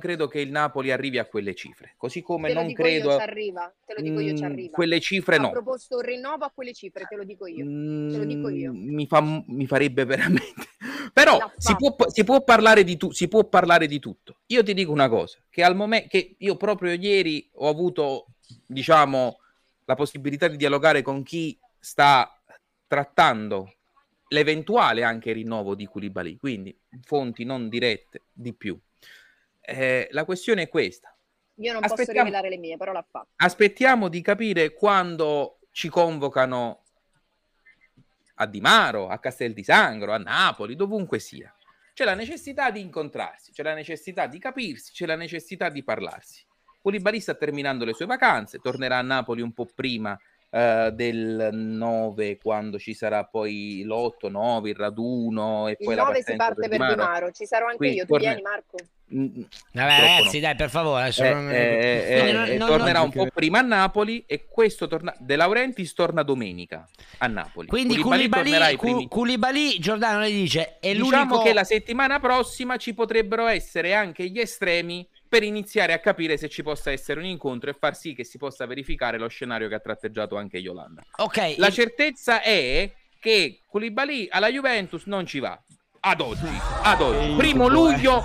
a quelle cifre, così come non credo io ci arriva. Te lo dico io, ci arriva. Quelle cifre no. Ha proposto un rinnovo a quelle cifre, te lo dico io. Mi farebbe veramente, però si può parlare di tutto. Io ti dico una cosa, che al momento che io proprio ieri ho avuto, diciamo, la possibilità di dialogare con chi sta trattando l'eventuale anche rinnovo di Koulibaly, quindi fonti non dirette di più. La questione è questa. Io non posso rivelare le mie, però l'ha fatto. Aspettiamo di capire quando ci convocano a Di Maro, a Castel di Sangro, a Napoli, dovunque sia. C'è la necessità di incontrarsi, c'è la necessità di capirsi, c'è la necessità di parlarsi. Koulibaly sta terminando le sue vacanze, tornerà a Napoli un po' prima del 9, quando ci sarà poi l'8, 9, il raduno e poi il 9 si parte per Di Maro, ci sarò anche io, tu vieni Marco? Vabbè, ragazzi, dai, per favore. Tornerà un po' prima a Napoli e questo De Laurentiis torna domenica a Napoli. Quindi Koulibaly, Giordano le dice, è diciamo l'unico... che la settimana prossima ci potrebbero essere anche gli estremi per iniziare a capire se ci possa essere un incontro e far sì che si possa verificare lo scenario che ha tratteggiato anche Yolanda. Ok. La certezza è che Koulibaly alla Juventus non ci va ad oggi. Primo luglio.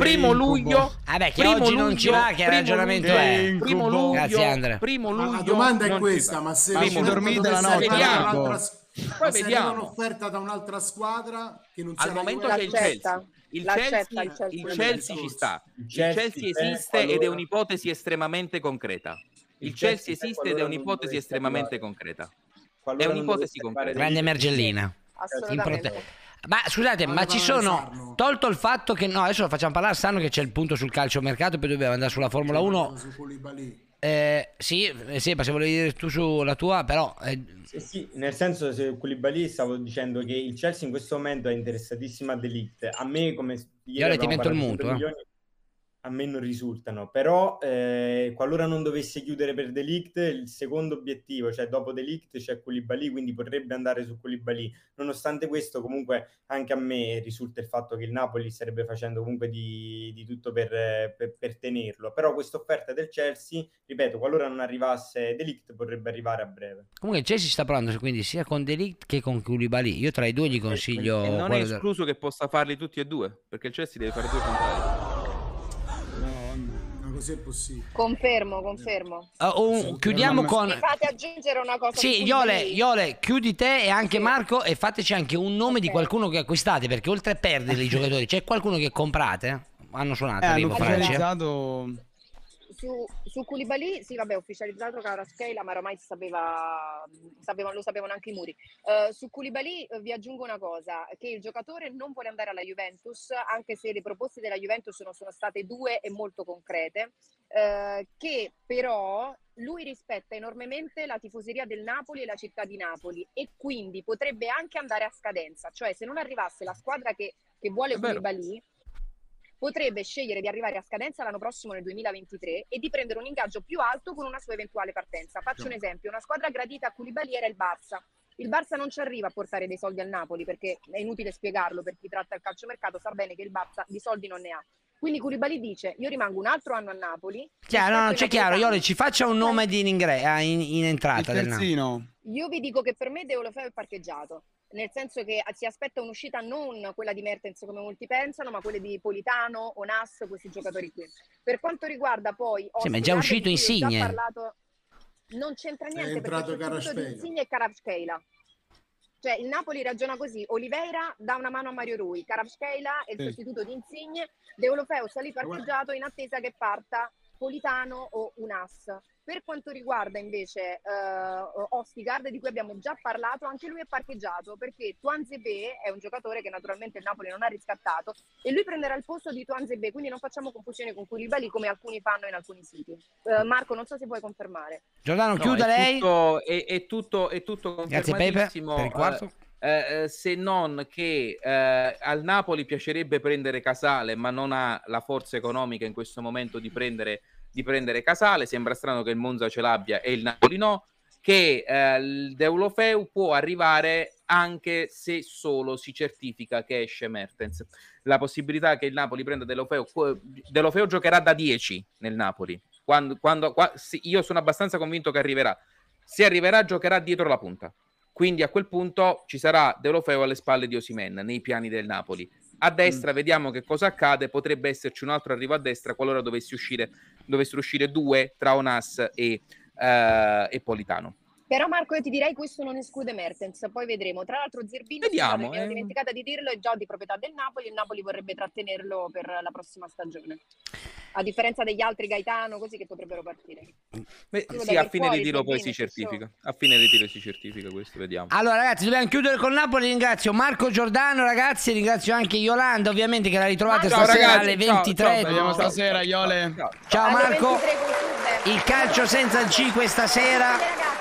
Vabbè, che oggi non ci va, che ragionamento è? Primo luglio. Grazie, Andrea. Primo luglio. La domanda è questa, ma se dormite la notte, poi vediamo un'offerta da un'altra squadra che non al momento c'è il Chelsea. Il Chelsea ci sta. Il Chelsea esiste ed è un'ipotesi estremamente concreta. Il Chelsea esiste ed è un'ipotesi estremamente concreta. È un'ipotesi concreta. Grande Mergellina. Ma scusate, ma ci sono, tolto il fatto che, no, adesso lo facciamo parlare, sanno che c'è il punto sul calciomercato, poi dobbiamo andare sulla Formula 1. Sì, se volevi dire tu sulla tua, però... Sì, nel senso, se Koulibaly stavo dicendo che il Chelsea in questo momento è interessatissimo a De Ligt. A me, come io ti metto il mutuo, a me non risultano, però qualora non dovesse chiudere per De Ligt, il secondo obiettivo, cioè dopo De Ligt c'è Koulibaly, quindi potrebbe andare su Koulibaly. Nonostante questo, comunque anche a me risulta il fatto che il Napoli starebbe facendo comunque di tutto per tenerlo, però questa offerta del Chelsea, ripeto, qualora non arrivasse De Ligt, potrebbe arrivare a breve. Comunque il Chelsea sta parlando quindi sia con De Ligt che con Koulibaly. Io tra i due gli consiglio... E non è escluso che possa farli tutti e due, perché il Chelsea deve fare due contrari. Così è possibile. Confermo. Chiudiamo con... Mi fate aggiungere una cosa. Sì, Iole, chiudi te e anche Marco e fateci anche un nome di qualcuno che acquistate, perché oltre a perdere i giocatori, c'è qualcuno che comprate? Hanno suonato, hanno ufficializzato... Su Koulibaly, sì, vabbè, ufficializzato Kvaratskhelia, ma ormai lo sapevano anche i muri. Su Koulibaly vi aggiungo una cosa, che il giocatore non vuole andare alla Juventus, anche se le proposte della Juventus sono state due e molto concrete, che però lui rispetta enormemente la tifoseria del Napoli e la città di Napoli, e quindi potrebbe anche andare a scadenza, cioè se non arrivasse la squadra che vuole Koulibaly, potrebbe scegliere di arrivare a scadenza l'anno prossimo nel 2023 e di prendere un ingaggio più alto con una sua eventuale partenza. Faccio un esempio, una squadra gradita a Koulibaly era il Barça. Il Barça non ci arriva a portare dei soldi al Napoli, perché è inutile spiegarlo, per chi tratta il calciomercato sa bene che il Barça di soldi non ne ha. Quindi Koulibaly dice, io rimango un altro anno a Napoli. C'è chiaro, Iole, ci faccia un nome in entrata del Napoli. Io vi dico che per me De Olofeo è parcheggiato, nel senso che si aspetta un'uscita non quella di Mertens come molti pensano, ma quelle di Politano, Onas, questi giocatori qui. Per quanto riguarda poi... Sì, ma è già uscito Insigne. Non c'entra niente, perché il sostituto di Insigne è Kvaratskhelia. Cioè il Napoli ragiona così: Oliveira dà una mano a Mario Rui, Kvaratskhelia è il sostituto di Insigne, De Olofeo sta lì parcheggiato in attesa che parta Politano o Unas. Per quanto riguarda invece Ostigard, di cui abbiamo già parlato, anche lui è parcheggiato, perché Tuanzebe è un giocatore che naturalmente il Napoli non ha riscattato e lui prenderà il posto di Tuanzebe, quindi non facciamo confusione con Koulibaly come alcuni fanno in alcuni siti. Marco, non so se puoi confermare. Giordano, chiuda lei. È tutto Grazie Pepe per il quarto. Se non che al Napoli piacerebbe prendere Casale, ma non ha la forza economica in questo momento di prendere Casale. Sembra strano che il Monza ce l'abbia e il Napoli no, che il De Olofeu può arrivare anche se solo si certifica che esce Mertens. La possibilità che il Napoli prenda De Olofeu giocherà da 10 nel Napoli, io sono abbastanza convinto che arriverà. Se arriverà giocherà dietro la punta, quindi a quel punto ci sarà De Olofeu alle spalle di Osimhen nei piani del Napoli. A destra vediamo che cosa accade, potrebbe esserci un altro arrivo a destra qualora dovessero uscire due tra Onas e Politano. Però Marco, io ti direi questo non esclude Mertens, poi vedremo. Tra l'altro Zirbino, mi ero dimenticata di dirlo, è già di proprietà del Napoli, il Napoli vorrebbe trattenerlo per la prossima stagione. A differenza degli altri Gaetano, così che potrebbero partire. Sì, a fine ritiro poi si certifica. A fine ritiro si certifica questo, vediamo. Allora ragazzi, dobbiamo chiudere con Napoli. Ringrazio Marco Giordano, ragazzi, ringrazio anche Yolanda, ovviamente, che la ritrovate stasera alle 23. Ciao, vediamo stasera, Iole. Ciao Marco. Il calcio senza il C questa sera.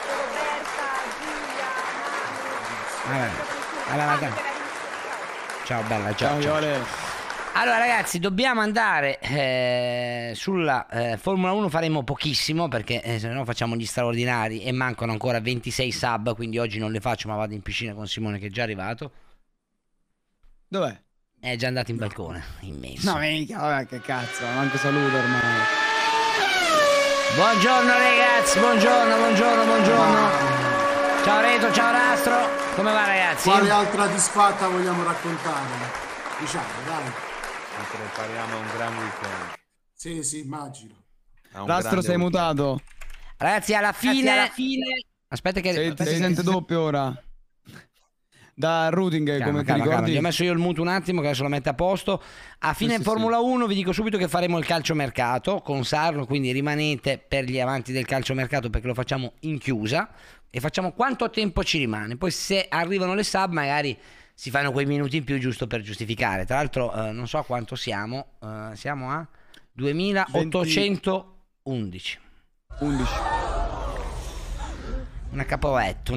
Ciao bella, ciao Iole. Allora ragazzi, dobbiamo andare sulla Formula 1, faremo pochissimo perché se no facciamo gli straordinari e mancano ancora 26 sub, quindi oggi non le faccio, ma vado in piscina con Simone che è già arrivato. Dov'è? È già andato in balcone, immenso. No, mica, vabbè, che cazzo, manco saluto ormai. Buongiorno ragazzi, buongiorno. Ciao Reto, ciao Rastro, come va ragazzi? Quale altra disfatta vogliamo raccontare? Diciamo, dai. Ci prepariamo a un gran weekend. Sì, immagino. Rastro, sei mutato. Ragazzi, alla fine... Aspetta che... Si sente doppio ora. Da routing, come ti ricordi? Gli ho messo io il muto un attimo, che adesso lo mette a posto. A fine Formula 1 vi dico subito che faremo il calciomercato con Sarno, quindi rimanete per gli avanti del calciomercato perché lo facciamo in chiusa e facciamo quanto tempo ci rimane. Poi se arrivano le sub magari si fanno quei minuti in più giusto per giustificare. Tra l'altro non so a quanto siamo, siamo a 2811. Una capoletto.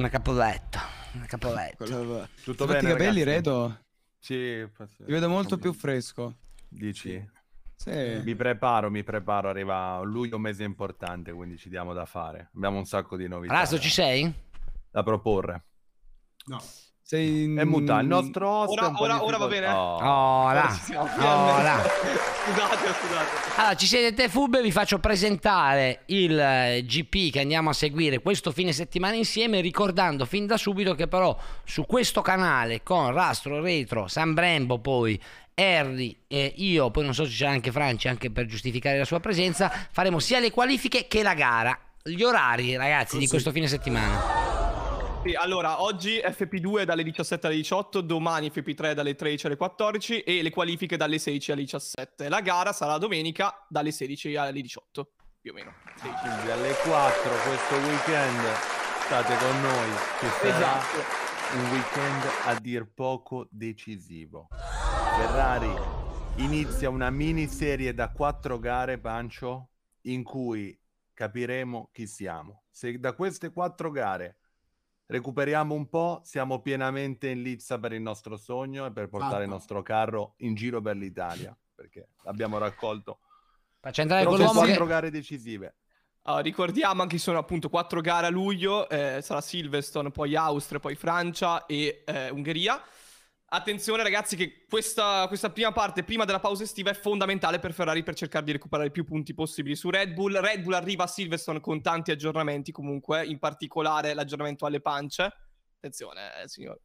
Tutto bene, i capelli, ragazzi? Reto? Sì. Ti vedo molto più fresco. Dici? Sì. Mi preparo, arriva luglio, un mese importante, quindi ci diamo da fare. Abbiamo un sacco di novità. Rastro, ci sei? Da proporre. No. Sei è muta il nostro host. Ora va bene. Scusate. Allora, ci siete te Fubbe, vi faccio presentare il GP che andiamo a seguire questo fine settimana insieme, ricordando fin da subito che però su questo canale con Rastro, Retro, San Brembo, poi Harry e io, poi non so se c'è anche Franci, anche per giustificare la sua presenza, faremo sia le qualifiche che la gara. Gli orari, ragazzi, di questo fine settimana. Sì, allora, oggi FP2 dalle 17 alle 18, domani FP3 dalle 13 alle 14 e le qualifiche dalle 16 alle 17. La gara sarà domenica dalle 16 alle 18, più o meno. 16. Quindi alle 4 questo weekend state con noi, che sarà un weekend a dir poco decisivo. Ferrari inizia una miniserie da 4 gare, Pancio, in cui capiremo chi siamo. Se da queste 4 gare recuperiamo un po', siamo pienamente in lizza per il nostro sogno e per portare il nostro carro in giro per l'Italia, perché abbiamo raccolto faccio entrare con l'uomo 4 gare decisive. Ricordiamo anche che sono appunto 4 gare a luglio, sarà Silverstone, poi Austria, poi Francia e Ungheria. Attenzione ragazzi che questa prima parte, prima della pausa estiva, è fondamentale per Ferrari per cercare di recuperare più punti possibili su Red Bull. Red Bull arriva a Silverstone con tanti aggiornamenti comunque, in particolare l'aggiornamento alle pance. Attenzione signore.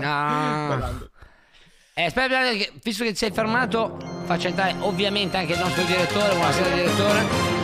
Aspetta, visto che ti sei fermato, faccio entrare ovviamente anche il nostro direttore. Buonasera direttore.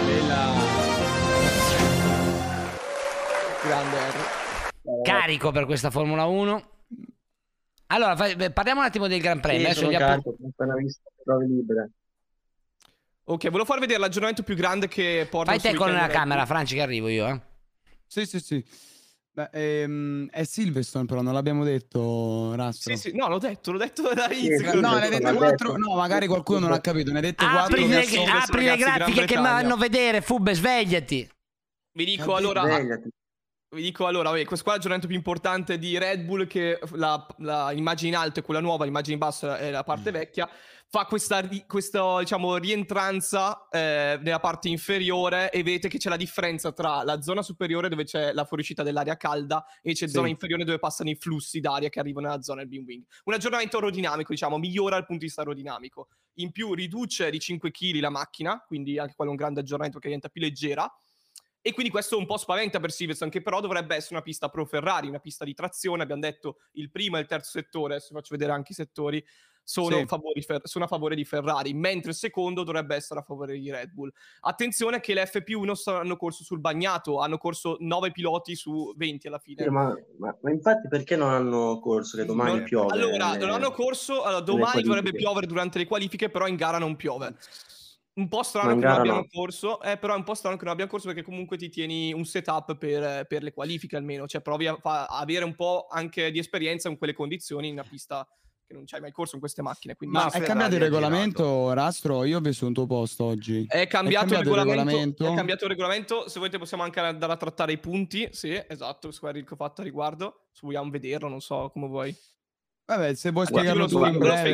Grande carico per questa Formula 1. Allora, parliamo un attimo del Gran Premio. Sì, sono carico, appena visto prove libere. Ok, volevo far vedere l'aggiornamento più grande che porta. Fai te con la camera, Franci, che arrivo io, Sì. Beh, è Silverstone, però non l'abbiamo detto, Rastro. Sì, no, l'ho detto dall'inizio. No, ne hai dette 4. No, magari qualcuno non ha capito. Ne hai dette 4. Apri le grafiche che mi vanno a vedere, Fubbe, svegliati. Vi dico allora, questo qua è l'aggiornamento più importante di Red Bull, che la immagine in alto è quella nuova, l'immagine in basso è la parte vecchia. Fa questa diciamo rientranza nella parte inferiore e vedete che c'è la differenza tra la zona superiore dove c'è la fuoriuscita dell'aria calda e c'è zona inferiore dove passano i flussi d'aria che arrivano nella zona del beam wing. Un aggiornamento aerodinamico, diciamo, migliora dal punto di vista aerodinamico. In più riduce di 5 kg la macchina, quindi anche quello è un grande aggiornamento che diventa più leggera. E quindi questo un po' spaventa per Silverstone, che però dovrebbe essere una pista pro Ferrari, una pista di trazione. Abbiamo detto il primo e il terzo settore, adesso vi faccio vedere anche i settori, sono a favore di Ferrari, mentre il secondo dovrebbe essere a favore di Red Bull. Attenzione che le FP1 hanno corso sul bagnato, hanno corso 9 piloti su 20 alla fine. Ma infatti perché non hanno corso, che domani piove? Allora, non hanno corso, domani dovrebbe piovere durante le qualifiche, però in gara non piove. Un po' strano che non abbiano corso, però è un po' strano che non abbiano corso perché comunque ti tieni un setup per le qualifiche almeno, cioè provi a avere un po' anche di esperienza in quelle condizioni in una pista che non c'hai mai corso in queste macchine. Quindi Ma è cambiato il regolamento, Rastro? Io ho visto un tuo post oggi. È cambiato il regolamento. È cambiato il regolamento. Se volete possiamo anche andare a trattare i punti. Sì, esatto, Square che ho fatto a riguardo. Se vogliamo vederlo, non so come vuoi. Vabbè, se vuoi spiegarlo tu in breve.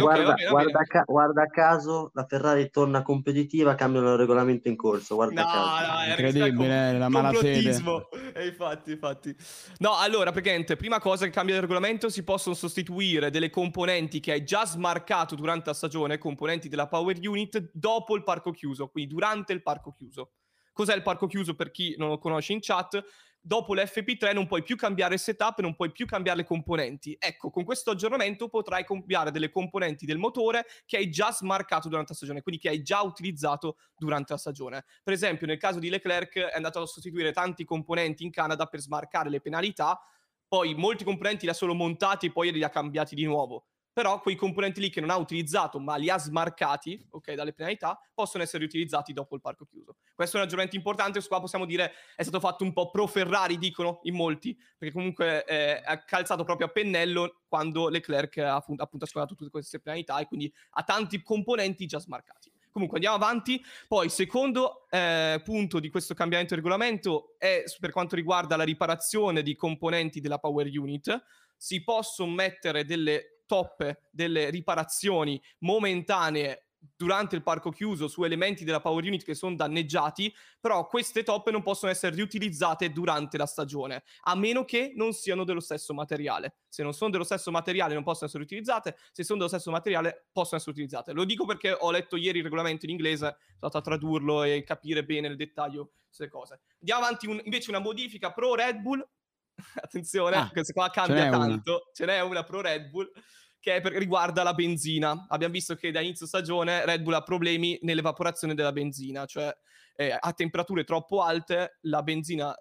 Guarda caso, la Ferrari torna competitiva, cambiano il regolamento in corso. Guarda caso. No, incredibile, la malafede. Infatti. No, allora, praticamente, prima cosa che cambia il regolamento, si possono sostituire delle componenti che hai già smarcato durante la stagione, componenti della Power Unit, dopo il parco chiuso, quindi durante il parco chiuso. Cos'è il parco chiuso per chi non lo conosce in chat? Dopo l'FP3 non puoi più cambiare il setup, non puoi più cambiare le componenti. Ecco, con questo aggiornamento potrai cambiare delle componenti del motore che hai già smarcato durante la stagione, quindi che hai già utilizzato durante la stagione. Per esempio, nel caso di Leclerc è andato a sostituire tanti componenti in Canada per smarcare le penalità, poi molti componenti li ha solo montati e poi li ha cambiati di nuovo. Però quei componenti lì che non ha utilizzato ma li ha smarcati, ok, dalle penalità, possono essere riutilizzati dopo il parco chiuso. Questo è un aggiornamento importante, su qua possiamo dire è stato fatto un po' pro Ferrari, dicono in molti, perché comunque ha calzato proprio a pennello quando Leclerc ha appunto scontato tutte queste penalità e quindi ha tanti componenti già smarcati. Comunque andiamo avanti. Poi secondo punto di questo cambiamento di regolamento è per quanto riguarda la riparazione di componenti della Power Unit. Si possono mettere delle toppe, delle riparazioni momentanee durante il parco chiuso su elementi della Power Unit che sono danneggiati, però queste toppe non possono essere riutilizzate durante la stagione, a meno che non siano dello stesso materiale. Se non sono dello stesso materiale non possono essere utilizzate, se sono dello stesso materiale possono essere utilizzate. Lo dico perché ho letto ieri il regolamento in inglese, sono stato a tradurlo e capire bene nel dettaglio queste cose. Andiamo avanti, invece una modifica pro Red Bull. Attenzione, questa qua cambia tanto. Ce n'è una pro Red Bull che riguarda la benzina. Abbiamo visto che da inizio stagione Red Bull ha problemi nell'evaporazione della benzina, cioè a temperature troppo alte la benzina,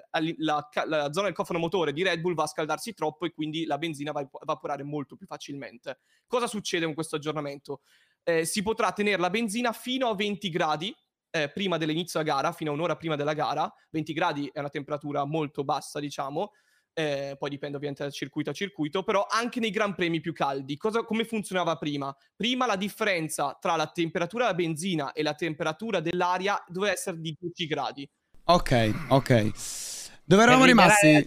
la zona del cofano motore di Red Bull va a scaldarsi troppo e quindi la benzina va a evaporare molto più facilmente. Cosa succede con questo aggiornamento? Si potrà tenere la benzina fino a 20 gradi prima dell'inizio della gara, fino a un'ora prima della gara. 20 gradi è una temperatura molto bassa, diciamo. Poi dipende ovviamente da circuito a circuito, però anche nei gran premi più caldi. Come funzionava prima? Prima la differenza tra la temperatura della benzina e la temperatura dell'aria doveva essere di 10 gradi. Ok. Dove eravamo rimasti?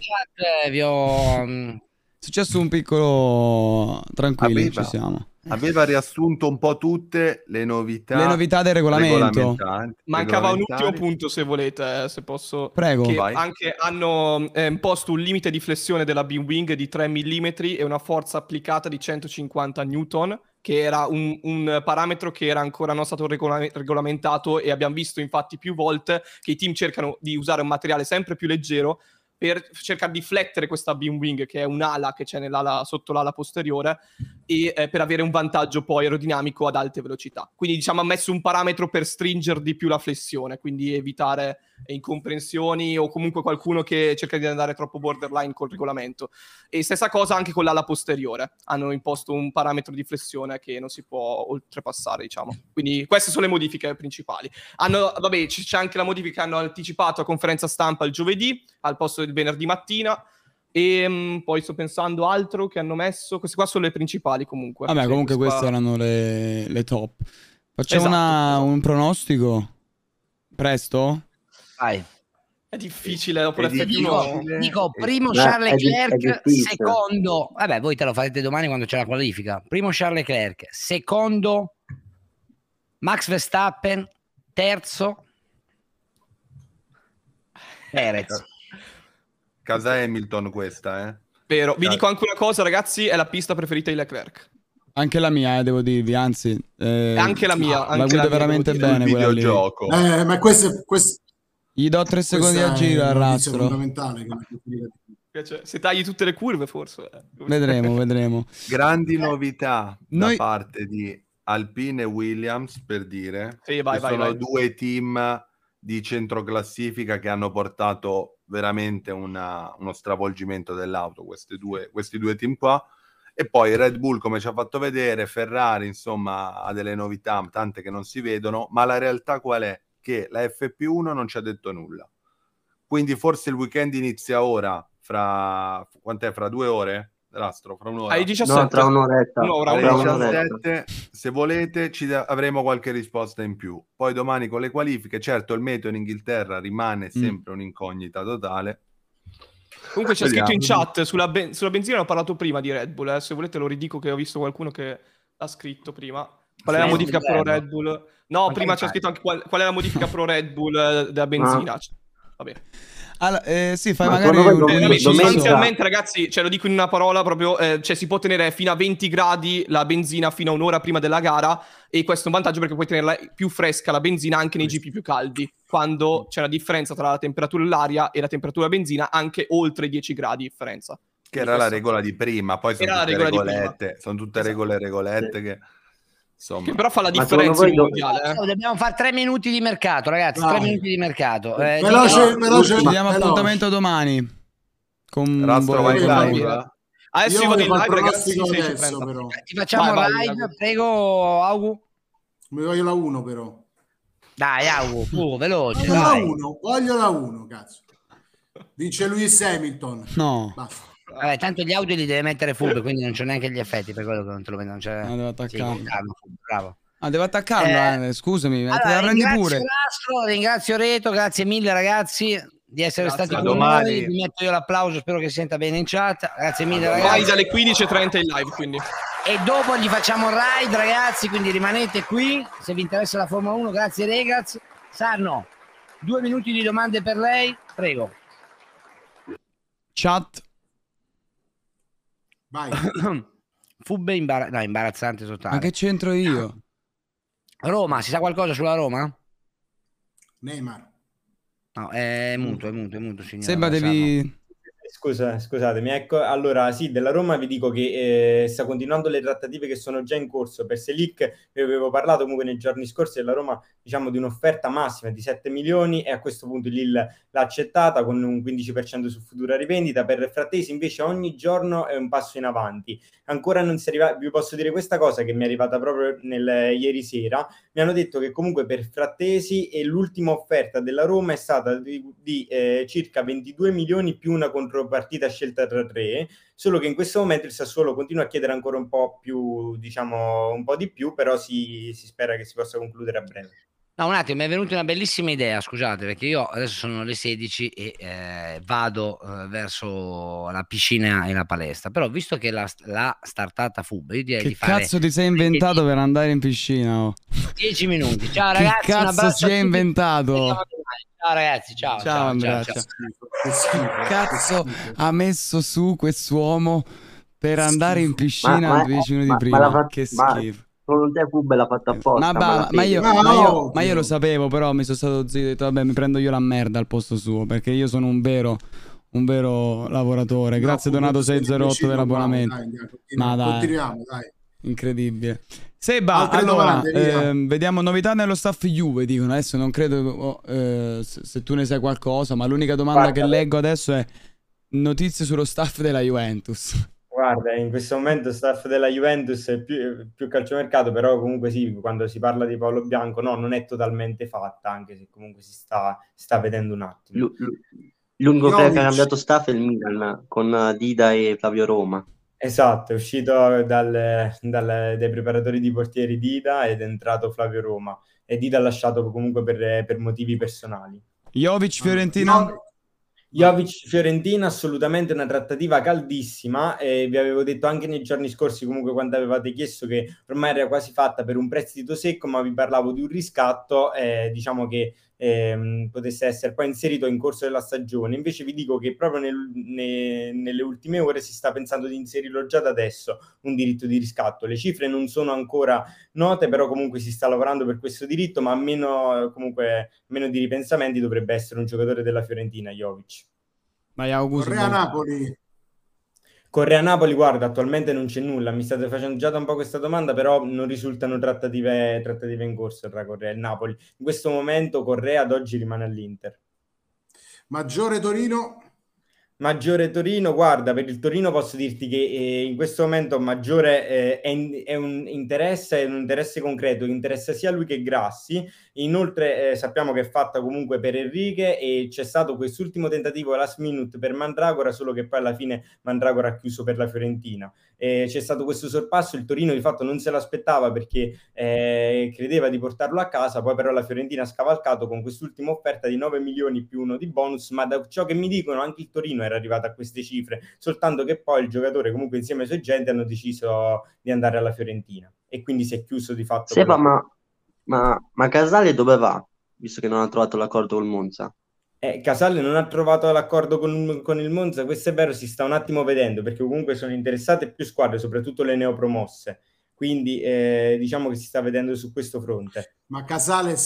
È successo un piccolo... Tranquilli, ci siamo. Aveva riassunto un po' tutte le novità del regolamento. Mancava un ultimo punto, se volete, se posso. Prego. Che anche hanno imposto un limite di flessione della B-Wing di 3 mm e una forza applicata di 150 Newton, che era un parametro che era ancora non stato regolamentato, e abbiamo visto infatti più volte che i team cercano di usare un materiale sempre più leggero per cercare di flettere questa beam wing, che è un'ala che c'è sotto l'ala posteriore, e per avere un vantaggio poi aerodinamico ad alte velocità. Quindi diciamo ha messo un parametro per stringere di più la flessione, quindi evitare incomprensioni o comunque qualcuno che cerca di andare troppo borderline col regolamento. E stessa cosa anche con l'ala posteriore, hanno imposto un parametro di flessione che non si può oltrepassare, diciamo. Quindi queste sono le modifiche principali. C'è anche la modifica che hanno anticipato a conferenza stampa il giovedì al posto del venerdì mattina. E poi sto pensando altro che hanno messo. Queste qua sono le principali comunque. Vabbè, comunque queste erano le top. Facciamo un pronostico? Presto? Vai. È difficile dopo l'F1. Dico primo Charles Leclerc, secondo... Vabbè, voi te lo farete domani quando c'è la qualifica. Primo Charles Leclerc, secondo Max Verstappen, terzo Perez. Casa Hamilton questa, Vero. Vi dico anche una cosa, ragazzi, è la pista preferita di Leclerc. Anche la mia, devo dirvi, anzi... anche la mia. La guida veramente bene quella lì. Ma questo... Gli do 3 secondi a giro al Rastro. Fondamentale. Se tagli tutte le curve, forse. Vedremo. Grandi novità da parte di Alpine e Williams, per dire. Sì, vai. Due team di centroclassifica che hanno portato veramente uno stravolgimento dell'auto, questi due team qua. E poi Red Bull, come ci ha fatto vedere, Ferrari, insomma, ha delle novità, tante che non si vedono, ma la realtà qual è? Che la FP1 non ci ha detto nulla. Quindi forse il weekend inizia ora, fra 2 ore? Rastro, fra un'ora. Ai 17. No, tra un'oretta. Alle 17, se volete, avremo qualche risposta in più. Poi domani con le qualifiche, certo il meteo in Inghilterra rimane sempre un'incognita totale. Comunque c'è scritto in chat, sulla benzina ho parlato prima di Red Bull, se volete lo ridico che ho visto qualcuno che ha scritto prima. Qual è la modifica pro Red Bull? No, prima c'è scritto anche qual è la modifica pro Red Bull della benzina. Vabbè. Allora, sì, fai magari sostanzialmente, ragazzi, lo dico in una parola proprio, si può tenere fino a 20 gradi la benzina fino a un'ora prima della gara, e questo è un vantaggio perché puoi tenerla più fresca la benzina anche nei GP più caldi, quando c'è una differenza tra la temperatura dell'aria e la temperatura della benzina, anche oltre 10 gradi di differenza. Che era la regola di prima, poi sono tutte regolette, sono tutte regolette che... Insomma. Che però fa la differenza in mondiale. Dobbiamo fare 3 minuti di mercato, ragazzi. 3 minuti di mercato. Veloce. Ci diamo appuntamento domani. Con Rastro, vai live. Adesso io vado in live, ragazzi. Ti facciamo live, prego, Augu. Mi voglio la 1 però. Dai, Augu, veloce. Voglio la 1, cazzo. Dice Lewis Hamilton. No. Basta. Vabbè, tanto gli audio li deve mettere Fube, quindi non c'è neanche gli effetti, per quello che non te lo vedo. Non c'è... devo attaccarlo. Sì, bravo. Devo attaccarlo, scusami, allora, te la prendi pure. Ringrazio Reto, grazie mille ragazzi di essere stati con noi. Vi metto io l'applauso, spero che si senta bene in chat. Grazie mille ragazzi. Vai dalle 15:30 in live, quindi. E dopo gli facciamo il ride, ragazzi, quindi rimanete qui se vi interessa la Formula 1. Grazie ragazzi. Sarno, 2 minuti di domande per lei, prego. Chat. Vai. Fubbe imbarazzante totale. Ma che c'entro io? Roma, si sa qualcosa sulla Roma? Neymar. No, è muto, signore. Sembra devi... Scusatemi, ecco, allora sì, della Roma vi dico che sta continuando le trattative che sono già in corso per Selic. Vi avevo parlato comunque nei giorni scorsi della Roma, diciamo, di un'offerta massima di 7 milioni e a questo punto Lille l'ha accettata con un 15% su futura rivendita. Per Frattesi invece ogni giorno è un passo in avanti. Ancora non si arriva, vi posso dire questa cosa che mi è arrivata proprio ieri sera. Mi hanno detto che comunque per Frattesi l'ultima offerta della Roma è stata di circa 22 milioni più una contropartita scelta tra 3, solo che in questo momento il Sassuolo continua a chiedere ancora un po' più, diciamo un po' di più, però si spera che si possa concludere a breve. No, un attimo, mi è venuta una bellissima idea, scusate, perché io adesso sono le 16 e vado verso la piscina e la palestra, però visto che l'ha startata Fubbe, io direi che di fare... Che cazzo ti sei inventato per andare in piscina? 10 minuti, ciao ragazzi. Che cazzo si è inventato? Ciao ragazzi, ciao Andrea. Che cazzo ha messo su quest'uomo per andare in piscina 10 minuti prima? Che schifo. Non te Fubbe l'ha fatto apposta. Ma io lo sapevo, però mi sono stato zitto e ho detto vabbè, mi prendo io la merda al posto suo, perché io sono un vero lavoratore. Grazie Donato 608 per l'abbonamento. Ma dai, continuiamo, dai. Incredibile. Seba, allora, vediamo novità nello staff Juve, dicono. Adesso non credo se tu ne sai qualcosa, ma l'unica domanda che leggo adesso è notizie sullo staff della Juventus. Guarda, in questo momento staff della Juventus è più calciomercato, però comunque sì, quando si parla di Paolo Bianco non è totalmente fatta, anche se comunque si sta vedendo un attimo. L'unico che ha cambiato staff è il Milan, con Dida e Flavio Roma. Esatto, è uscito dai preparatori di portieri Dida ed è entrato Flavio Roma, e Dida ha lasciato comunque per motivi personali. Jovic Fiorentina? Jovic Fiorentina, assolutamente una trattativa caldissima, e vi avevo detto anche nei giorni scorsi, comunque quando avevate chiesto, che ormai era quasi fatta per un prestito secco, ma vi parlavo di un riscatto, diciamo che potesse essere poi inserito in corso della stagione. Invece vi dico che proprio nelle ultime ore si sta pensando di inserirlo già da adesso, un diritto di riscatto. Le cifre non sono ancora note, però comunque si sta lavorando per questo diritto, ma meno di ripensamenti dovrebbe essere un giocatore della Fiorentina, Jovic. Vai Augusto. Correa Napoli, guarda, attualmente non c'è nulla. Mi state facendo già da un po' questa domanda, però non risultano trattative in corso tra Correa e Napoli. In questo momento Correa ad oggi rimane all'Inter. Maggiore Torino? Maggiore Torino, guarda, per il Torino posso dirti che in questo momento maggiore è un interesse concreto, interessa sia lui che Grassi. Inoltre sappiamo che è fatta comunque per Enrique e c'è stato quest'ultimo tentativo last minute per Mandragora, solo che poi alla fine Mandragora ha chiuso per la Fiorentina. C'è stato questo sorpasso, il Torino di fatto non se l'aspettava perché credeva di portarlo a casa, poi però la Fiorentina ha scavalcato con quest'ultima offerta di 9 milioni più uno di bonus, ma da ciò che mi dicono anche il Torino era arrivato a queste cifre, soltanto che poi il giocatore comunque insieme ai suoi agenti hanno deciso di andare alla Fiorentina e quindi si è chiuso di fatto. Seba, ma Casale dove va? Visto che non ha trovato l'accordo col Monza. Casale non ha trovato l'accordo con il Monza, questo è vero, si sta un attimo vedendo perché comunque sono interessate più squadre, soprattutto le neopromosse, quindi diciamo che si sta vedendo su questo fronte. Ma Casale,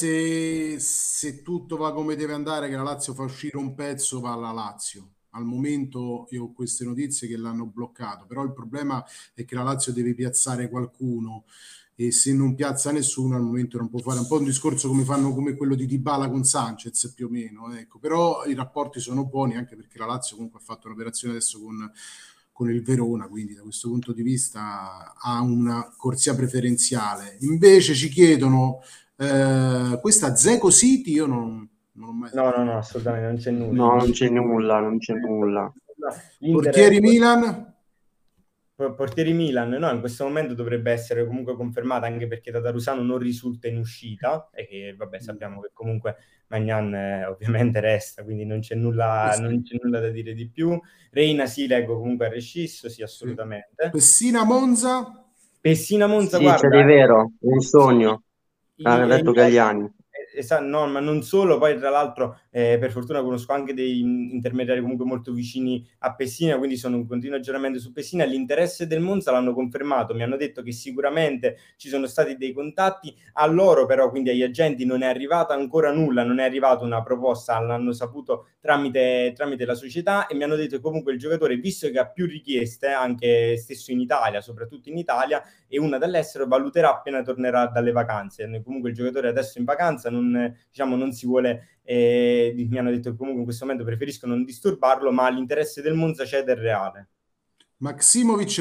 se tutto va come deve andare, che la Lazio fa uscire un pezzo, va alla Lazio. Al momento io ho queste notizie che l'hanno bloccato, però il problema è che la Lazio deve piazzare qualcuno e se non piazza nessuno al momento non può fare un po' un discorso come quello di Dybala con Sanchez più o meno, ecco. Però i rapporti sono buoni anche perché la Lazio comunque ha fatto un'operazione adesso con il Verona, quindi da questo punto di vista ha una corsia preferenziale. Invece ci chiedono questa Zeko City, io non ho mai sentito. No, assolutamente non c'è nulla. No, non c'è nulla. Portieri Milan? Portieri Milan, no, in questo momento dovrebbe essere comunque confermata, anche perché Tatarusano non risulta in uscita e che vabbè sappiamo che comunque Magnan ovviamente resta, quindi non c'è nulla da dire di più. Reina sì, leggo comunque a rescisso, sì, assolutamente. Pessina Monza? Pessina Monza, sì, guarda. C'è di vero, un sogno. Ha detto Gagliani. No, ma non solo, poi tra l'altro per fortuna conosco anche dei intermediari comunque molto vicini a Pessina, quindi sono in continuo aggiornamento su Pessina. L'interesse del Monza l'hanno confermato, mi hanno detto che sicuramente ci sono stati dei contatti, a loro però, quindi agli agenti, non è arrivata ancora nulla, non è arrivata una proposta, l'hanno saputo tramite la società e mi hanno detto che comunque il giocatore, visto che ha più richieste anche stesso in Italia, soprattutto in Italia, e una dall'estero, valuterà appena tornerà dalle vacanze. Comunque il giocatore adesso in vacanza non si vuole, mi hanno detto che comunque in questo momento preferisco non disturbarlo, ma l'interesse del Monza c'è del reale. Maximovic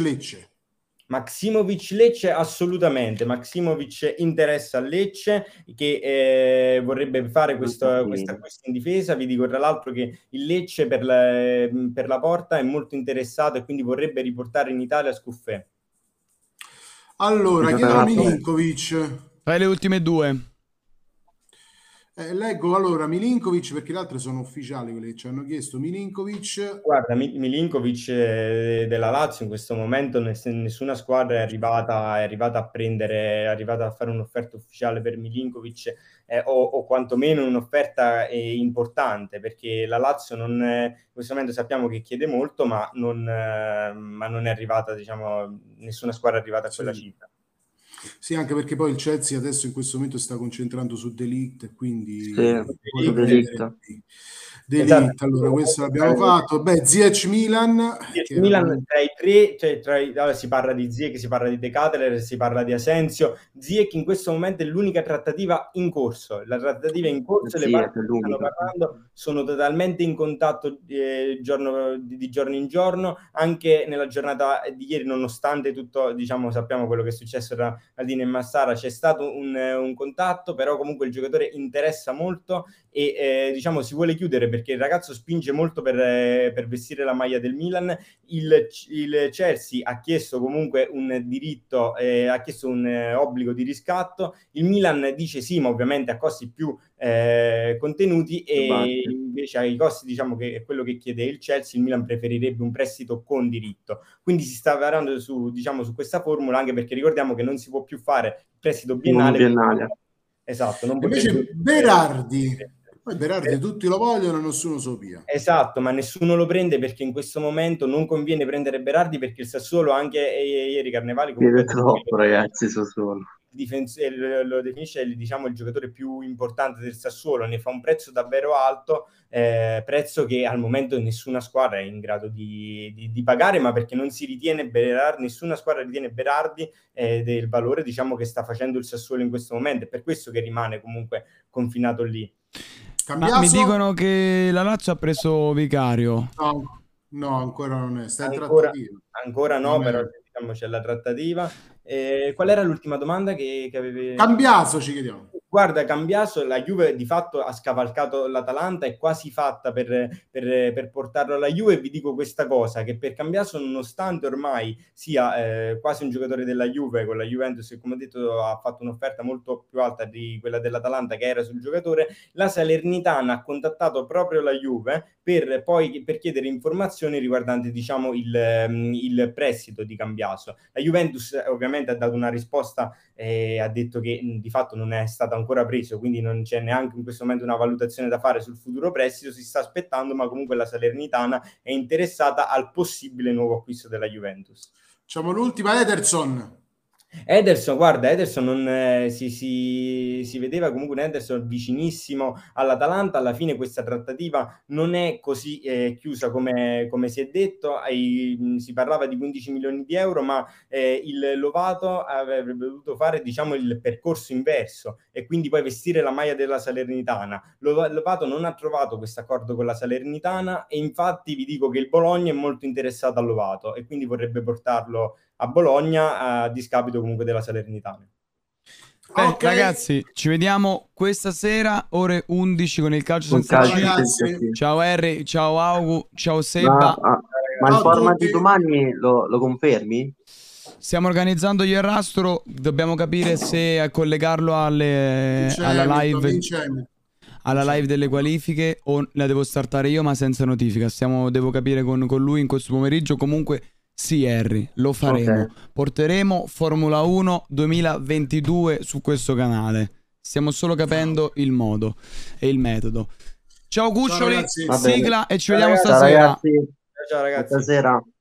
Lecce assolutamente. Maximovic interessa a Lecce che vorrebbe fare questo acquisto in difesa. Vi dico tra l'altro che il Lecce per la Porta è molto interessato e quindi vorrebbe riportare in Italia Scuffè. Allora, chiedo a Milinkovic. Fai le ultime due. Leggo allora Milinkovic, perché le altre sono ufficiali quelle che ci hanno chiesto. Milinkovic. Guarda, Milinkovic della Lazio in questo momento nessuna squadra è arrivata a prendere, è arrivata a fare un'offerta ufficiale per Milinkovic o quantomeno un'offerta importante, perché la Lazio in questo momento sappiamo che chiede molto, ma non è arrivata, nessuna squadra è arrivata a quella cifra. Sì, anche perché poi il Chelsea adesso in questo momento sta concentrando su De Ligt e quindi De Ligt, allora questo l'abbiamo fatto. Ziyech Milan tra i tre, allora si parla di Ziyech, si parla di De Ketelaere, si parla di Asensio. Ziyech in questo momento è l'unica trattativa in corso, la trattativa è in corso e le parti che stanno parlando sono totalmente in contatto di giorno in giorno, anche nella giornata di ieri, nonostante tutto, sappiamo quello che è successo tra Maldini e Massara, c'è stato un contatto, però comunque il giocatore interessa molto e si vuole chiudere perché il ragazzo spinge molto per vestire la maglia del Milan. Il Chelsea ha chiesto comunque un diritto, ha chiesto un obbligo di riscatto, il Milan dice sì, ma ovviamente a costi più contenuti e invece ai costi che è quello che chiede il Chelsea, il Milan preferirebbe un prestito con diritto, quindi si sta lavorando su questa formula, anche perché ricordiamo che non si può più fare prestito biennale. Esatto, non invece Berardi. Poi Berardi tutti lo vogliono e nessuno so via. Esatto, ma nessuno lo prende perché in questo momento non conviene prendere Berardi, perché il Sassuolo, anche ieri Carnevali comunque troppo, ragazzi, Sassuolo lo definisce il giocatore più importante del Sassuolo, ne fa un prezzo davvero alto, prezzo che al momento nessuna squadra è in grado di pagare, ma perché non si ritiene nessuna squadra ritiene Berardi del valore che sta facendo il Sassuolo in questo momento, è per questo che rimane comunque confinato lì. Ma mi dicono che la Lazio ha preso Vicario. No, ancora non è. Sta in Ancora, trattativa. ancora no, però diciamo c'è la trattativa. Qual era l'ultima domanda che avevi? Cambiaso ci chiediamo. Guarda, Cambiaso, la Juve di fatto ha scavalcato l'Atalanta, è quasi fatta per portarlo alla Juve, e vi dico questa cosa, che per Cambiaso, nonostante ormai sia quasi un giocatore della Juve, con la Juventus, che come ho detto ha fatto un'offerta molto più alta di quella dell'Atalanta che era sul giocatore, la Salernitana ha contattato proprio la Juve per chiedere informazioni riguardanti, diciamo, il prestito di Cambiaso. La Juventus ovviamente ha dato una risposta, ha detto che di fatto non è stato ancora preso, quindi non c'è neanche in questo momento una valutazione da fare sul futuro prestito, si sta aspettando, ma comunque la Salernitana è interessata al possibile nuovo acquisto della Juventus. Facciamo l'ultima, Ederson. Guarda, Ederson non, si vedeva comunque un Ederson vicinissimo all'Atalanta. Alla fine questa trattativa non è così chiusa come si è detto. Si parlava di 15 milioni di euro, ma il Lovato avrebbe dovuto fare, diciamo, il percorso inverso e quindi poi vestire la maglia della Salernitana. Lovato non ha trovato questo accordo con la Salernitana e infatti vi dico che il Bologna è molto interessato a Lovato e quindi vorrebbe portarlo a Bologna a discapito comunque della Salernitana. Okay. Ragazzi, ci vediamo questa sera ore 11 con il calcio senza C. Ciao Harry, ciao Augu, ciao Seba. Ma il format di domani lo confermi? Stiamo organizzando gli Errastro, dobbiamo capire se collegarlo alla live delle qualifiche o la devo startare io ma senza notifica. Devo capire con lui in questo pomeriggio. Comunque sì, Harry, lo faremo. Okay. Porteremo Formula 1 2022 su questo canale. Stiamo solo capendo il modo e il metodo. Ciao Cuccioli, sigla e ci vediamo stasera. Ciao ragazzi. Ciao ragazzi. Stasera.